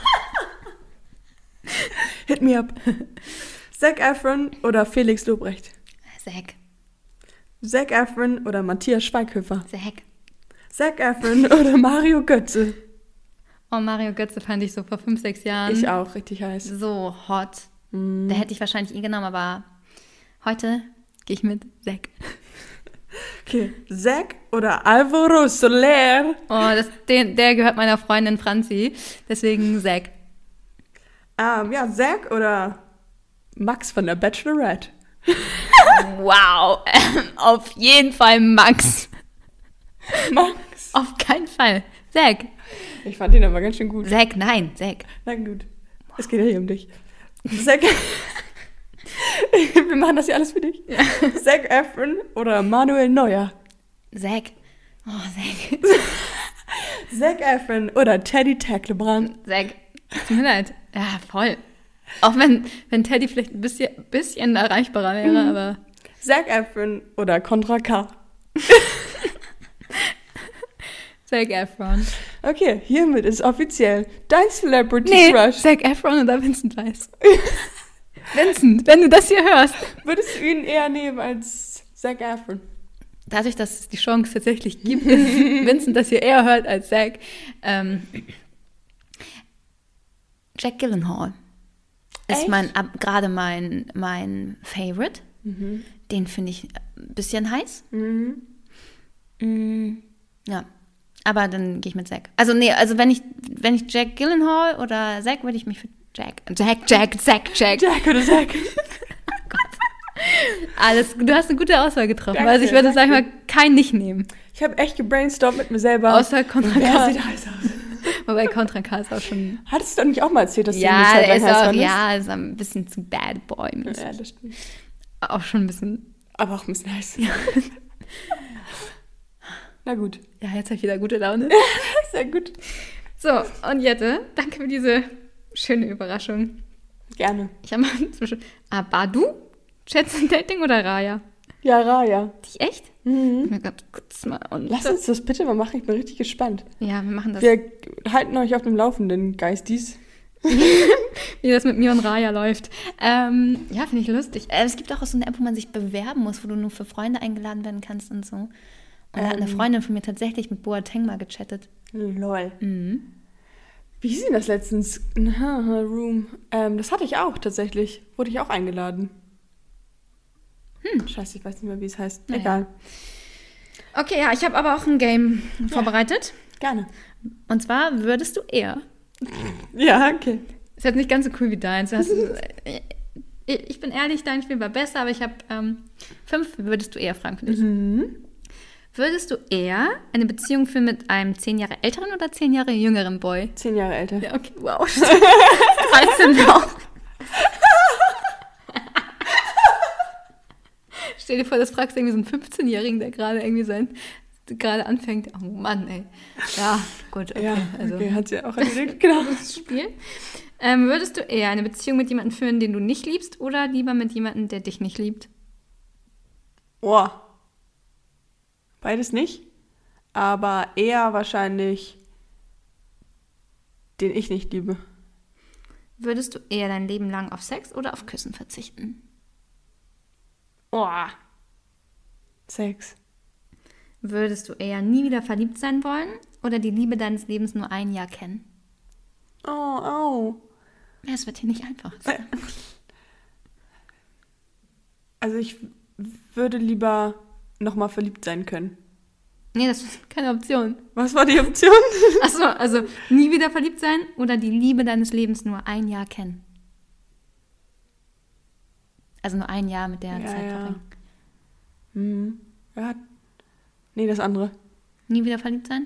hit me up. Zac Efron oder Felix Lobrecht? Zac. Zac Efron oder Matthias Schweighöfer? Zac. Zac Efron oder Mario Götze? Oh, Mario Götze fand ich so vor fünf, sechs Jahren Ich auch, richtig heiß. so hot. Mm. Da hätte ich wahrscheinlich ihn genommen, aber heute gehe ich mit Zac. Okay, Zac oder Alvaro Soler? Oh, das, den, der gehört meiner Freundin Franzi. Deswegen Zac. Ähm, ja, Zac oder Max von der Bachelorette? Wow. Auf jeden Fall Max. Max? Auf keinen Fall. Zac. Ich fand ihn aber ganz schön gut. Zac, nein, Zac. Na gut. Es geht ja hier um dich. Zac. Wir machen das hier alles für dich. Ja. Zac Efron oder Manuel Neuer? Zac. Oh, Zac. Zac Efron oder Teddy Tecklebrand? Zac. Tut mir leid. Ja, voll. Auch wenn, wenn Teddy vielleicht ein bisschen, bisschen erreichbarer wäre, Mhm. aber... Zac Efron oder Contra K? Zac Efron. Okay, hiermit ist offiziell dein Celebrity Nee, Crush. Zac Efron oder Vincent Weiss. Vincent, wenn du das hier hörst. Würdest du ihn eher nehmen als Zac Efron? Dadurch, dass es die Chance tatsächlich gibt, dass Vincent das hier eher hört als Zac. Ähm, Jack Gyllenhaal ist Echt? mein ab- gerade mein, mein Favorite. Mhm. Den finde ich ein bisschen heiß. Mhm. Mm, ja, aber dann gehe ich mit Zac. Also nee, also wenn ich, wenn ich Jack Gyllenhaal oder Zac, würde ich mich für Jack, Jack, Jack, Zac, Jack. Jack oder Zac? Alles, du hast eine gute Auswahl getroffen. Danke, also ich würde, sag ich mal, danke. kein nicht nehmen. Ich habe echt gebrainstormt mit mir selber. Außer Contra Wer K. sieht heiß aus? Wobei Contra K ist auch schon... Hattest du doch nicht auch mal erzählt, dass du Ja, eine Zeit der lang ist heiß auch, fandest? ja, ist ein bisschen zu bad boy. Ja, das stimmt. Auch schon ein bisschen... Aber auch ein bisschen heiß. Na gut. Ja, jetzt habe ich wieder gute Laune. Sehr gut. So, und Jette, danke für diese schöne Überraschung. Gerne. Ich habe mal zwischen... Ah, Badu? Chats and Dating oder Raya? Ja, Raya. Die echt? Mhm. Ich mir grad kurz mal... Und Lass uns das bitte mal machen, ich bin richtig gespannt. Ja, wir machen das. Wir halten euch auf dem Laufenden, Geistis. Wie das mit mir und Raya läuft. Ähm, ja, finde ich lustig. Äh, es gibt auch so eine App, wo man sich bewerben muss, wo du nur für Freunde eingeladen werden kannst und so. Und da hat eine Freundin von mir tatsächlich mit Boateng mal gechattet. Lol. Mhm. Wie hieß denn das letztens? Room. Ähm, das hatte ich auch tatsächlich. Wurde ich auch eingeladen. Hm. Scheiße, ich weiß nicht mehr, wie es heißt. Naja. Egal. Okay, ja, ich habe aber auch ein Game ja. vorbereitet. Gerne. Und zwar würdest du eher. Ja, okay. Ist jetzt nicht ganz so cool wie deins. Du hast, ich bin ehrlich, dein Spiel war besser, aber ich habe ähm, fünf würdest du eher fragen für dich. Mhm. Würdest du eher eine Beziehung führen mit einem zehn Jahre älteren oder zehn Jahre jüngeren Boy? Zehn Jahre älter. Ja, okay, wow. dreizehn auch. Stell dir vor, das fragst du irgendwie so einen fünfzehnjährigen, der gerade irgendwie sein, gerade anfängt. Oh Mann, ey. Ja, gut, okay. Ja, also. okay, hat sie ja auch erledigt, genau. Das Spiel. Ähm, würdest du eher eine Beziehung mit jemandem führen, den du nicht liebst, oder lieber mit jemandem, der dich nicht liebt? Boah. Beides nicht, aber eher wahrscheinlich den ich nicht liebe. Würdest du eher dein Leben lang auf Sex oder auf Küssen verzichten? Boah. Sex. Würdest du eher nie wieder verliebt sein wollen oder die Liebe deines Lebens nur ein Jahr kennen? Oh, oh. Ja, es wird hier nicht einfach. Also ich würde lieber nochmal verliebt sein können. Nee, das ist keine Option. Was war die Option? Achso, also nie wieder verliebt sein oder die Liebe deines Lebens nur ein Jahr kennen. Also nur ein Jahr mit der ja, Zeit ja. verbringen. Hm. Ja. Nee, das andere. Nie wieder verliebt sein?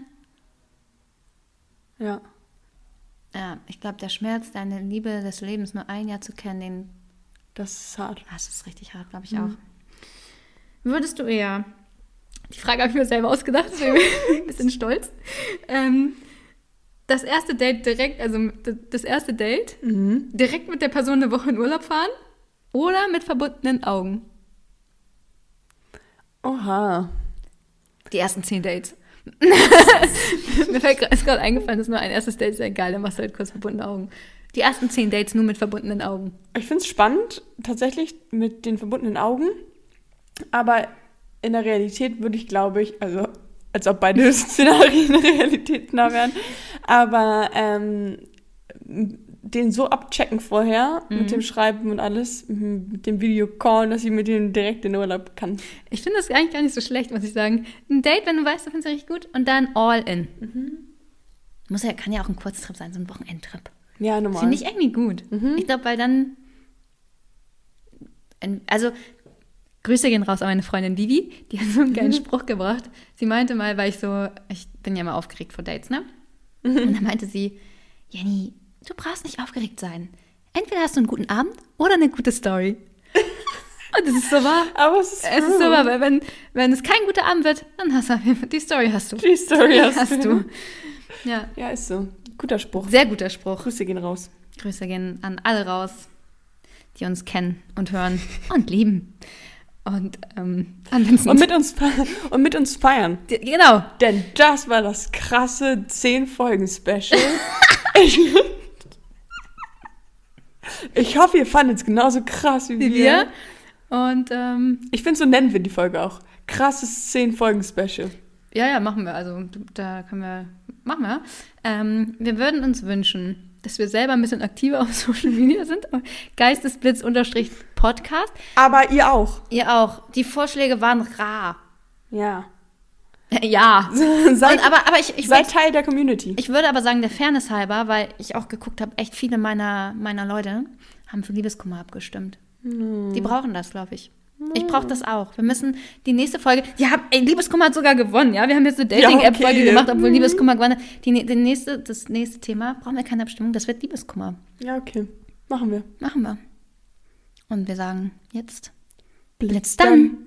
Ja. Ja, ich glaube, der Schmerz, deine Liebe des Lebens nur ein Jahr zu kennen, den... Das ist hart. Das ist richtig hart, glaube ich Mhm. auch. Würdest du eher... Die Frage habe ich mir selber ausgedacht, deswegen bin ich ein bisschen stolz. Ähm, das erste Date direkt, also das erste Date, Mhm. direkt mit der Person eine Woche in Urlaub fahren oder mit verbundenen Augen? Oha. Die ersten zehn Dates. Mir fällt grad, ist gerade eingefallen, dass nur ein erstes Date ist ja egal, dann machst du halt kurz verbundene Augen. Die ersten zehn Dates nur mit verbundenen Augen. Ich finde es spannend, tatsächlich mit den verbundenen Augen. Aber in der Realität würde ich, glaube ich, also als ob beide Szenarien realitätsnah wären, aber ähm, den so abchecken vorher, mhm. mit dem Schreiben und alles, mit dem Videocall, dass ich mit dem direkt in den Urlaub kann. Ich finde das eigentlich gar nicht so schlecht, muss ich sagen. Ein Date, wenn du weißt, du findest es richtig gut, und dann all in. Mhm. Muss ja, kann ja auch ein Kurztrip sein, so ein Wochenendtrip. Ja, normal. Finde ich irgendwie gut. Mhm. Ich glaube, weil dann, also Grüße gehen raus an meine Freundin Vivi, die hat so einen geilen mhm. Spruch gebracht. Sie meinte mal, weil ich so, ich bin ja mal aufgeregt vor Dates, ne? Mhm. Und dann meinte sie, Jenny, du brauchst nicht aufgeregt sein. Entweder hast du einen guten Abend oder eine gute Story. Und das ist so wahr. Aber es ist, es ist so wahr, weil wenn, wenn es kein guter Abend wird, dann hast du, die Story hast du. Die Story hast, hast du. du. Ja. Ja, ist so. Guter Spruch. Sehr guter Spruch. Grüße gehen raus. Grüße gehen an alle raus, die uns kennen und hören und lieben. Und, ähm, an Vincent. Und mit uns, und mit uns feiern. Die, genau. Denn das war das krasse zehn-Folgen-Special. ich, ich hoffe, ihr fandet es genauso krass wie, wie wir. wir. Und ähm, ich finde, so nennen wir die Folge auch. Krasses zehn-Folgen-Special. Ja, ja, machen wir. Also da können wir, machen wir. Ähm, wir würden uns wünschen, dass wir selber ein bisschen aktiver auf Social Media sind. Geistesblitz-Podcast. Aber ihr auch. Ihr auch. Die Vorschläge waren rar. Ja. Ja. seid, Und, aber, aber ich, ich seid würd, Teil der Community. Ich würde aber sagen, der Fairness halber, weil ich auch geguckt habe, echt viele meiner, meiner Leute haben für Liebeskummer abgestimmt. Hm. Die brauchen das, glaube ich. Ich brauche das auch. Wir müssen die nächste Folge... Ja, ey, Liebeskummer hat sogar gewonnen, ja? Wir haben jetzt eine Dating-App-Folge ja, okay. gemacht, obwohl Liebeskummer gewonnen hat. Die, die nächste, das nächste Thema, brauchen wir keine Abstimmung, das wird Liebeskummer. Ja, okay. Machen wir. Machen wir. Und wir sagen jetzt... Blitz dann!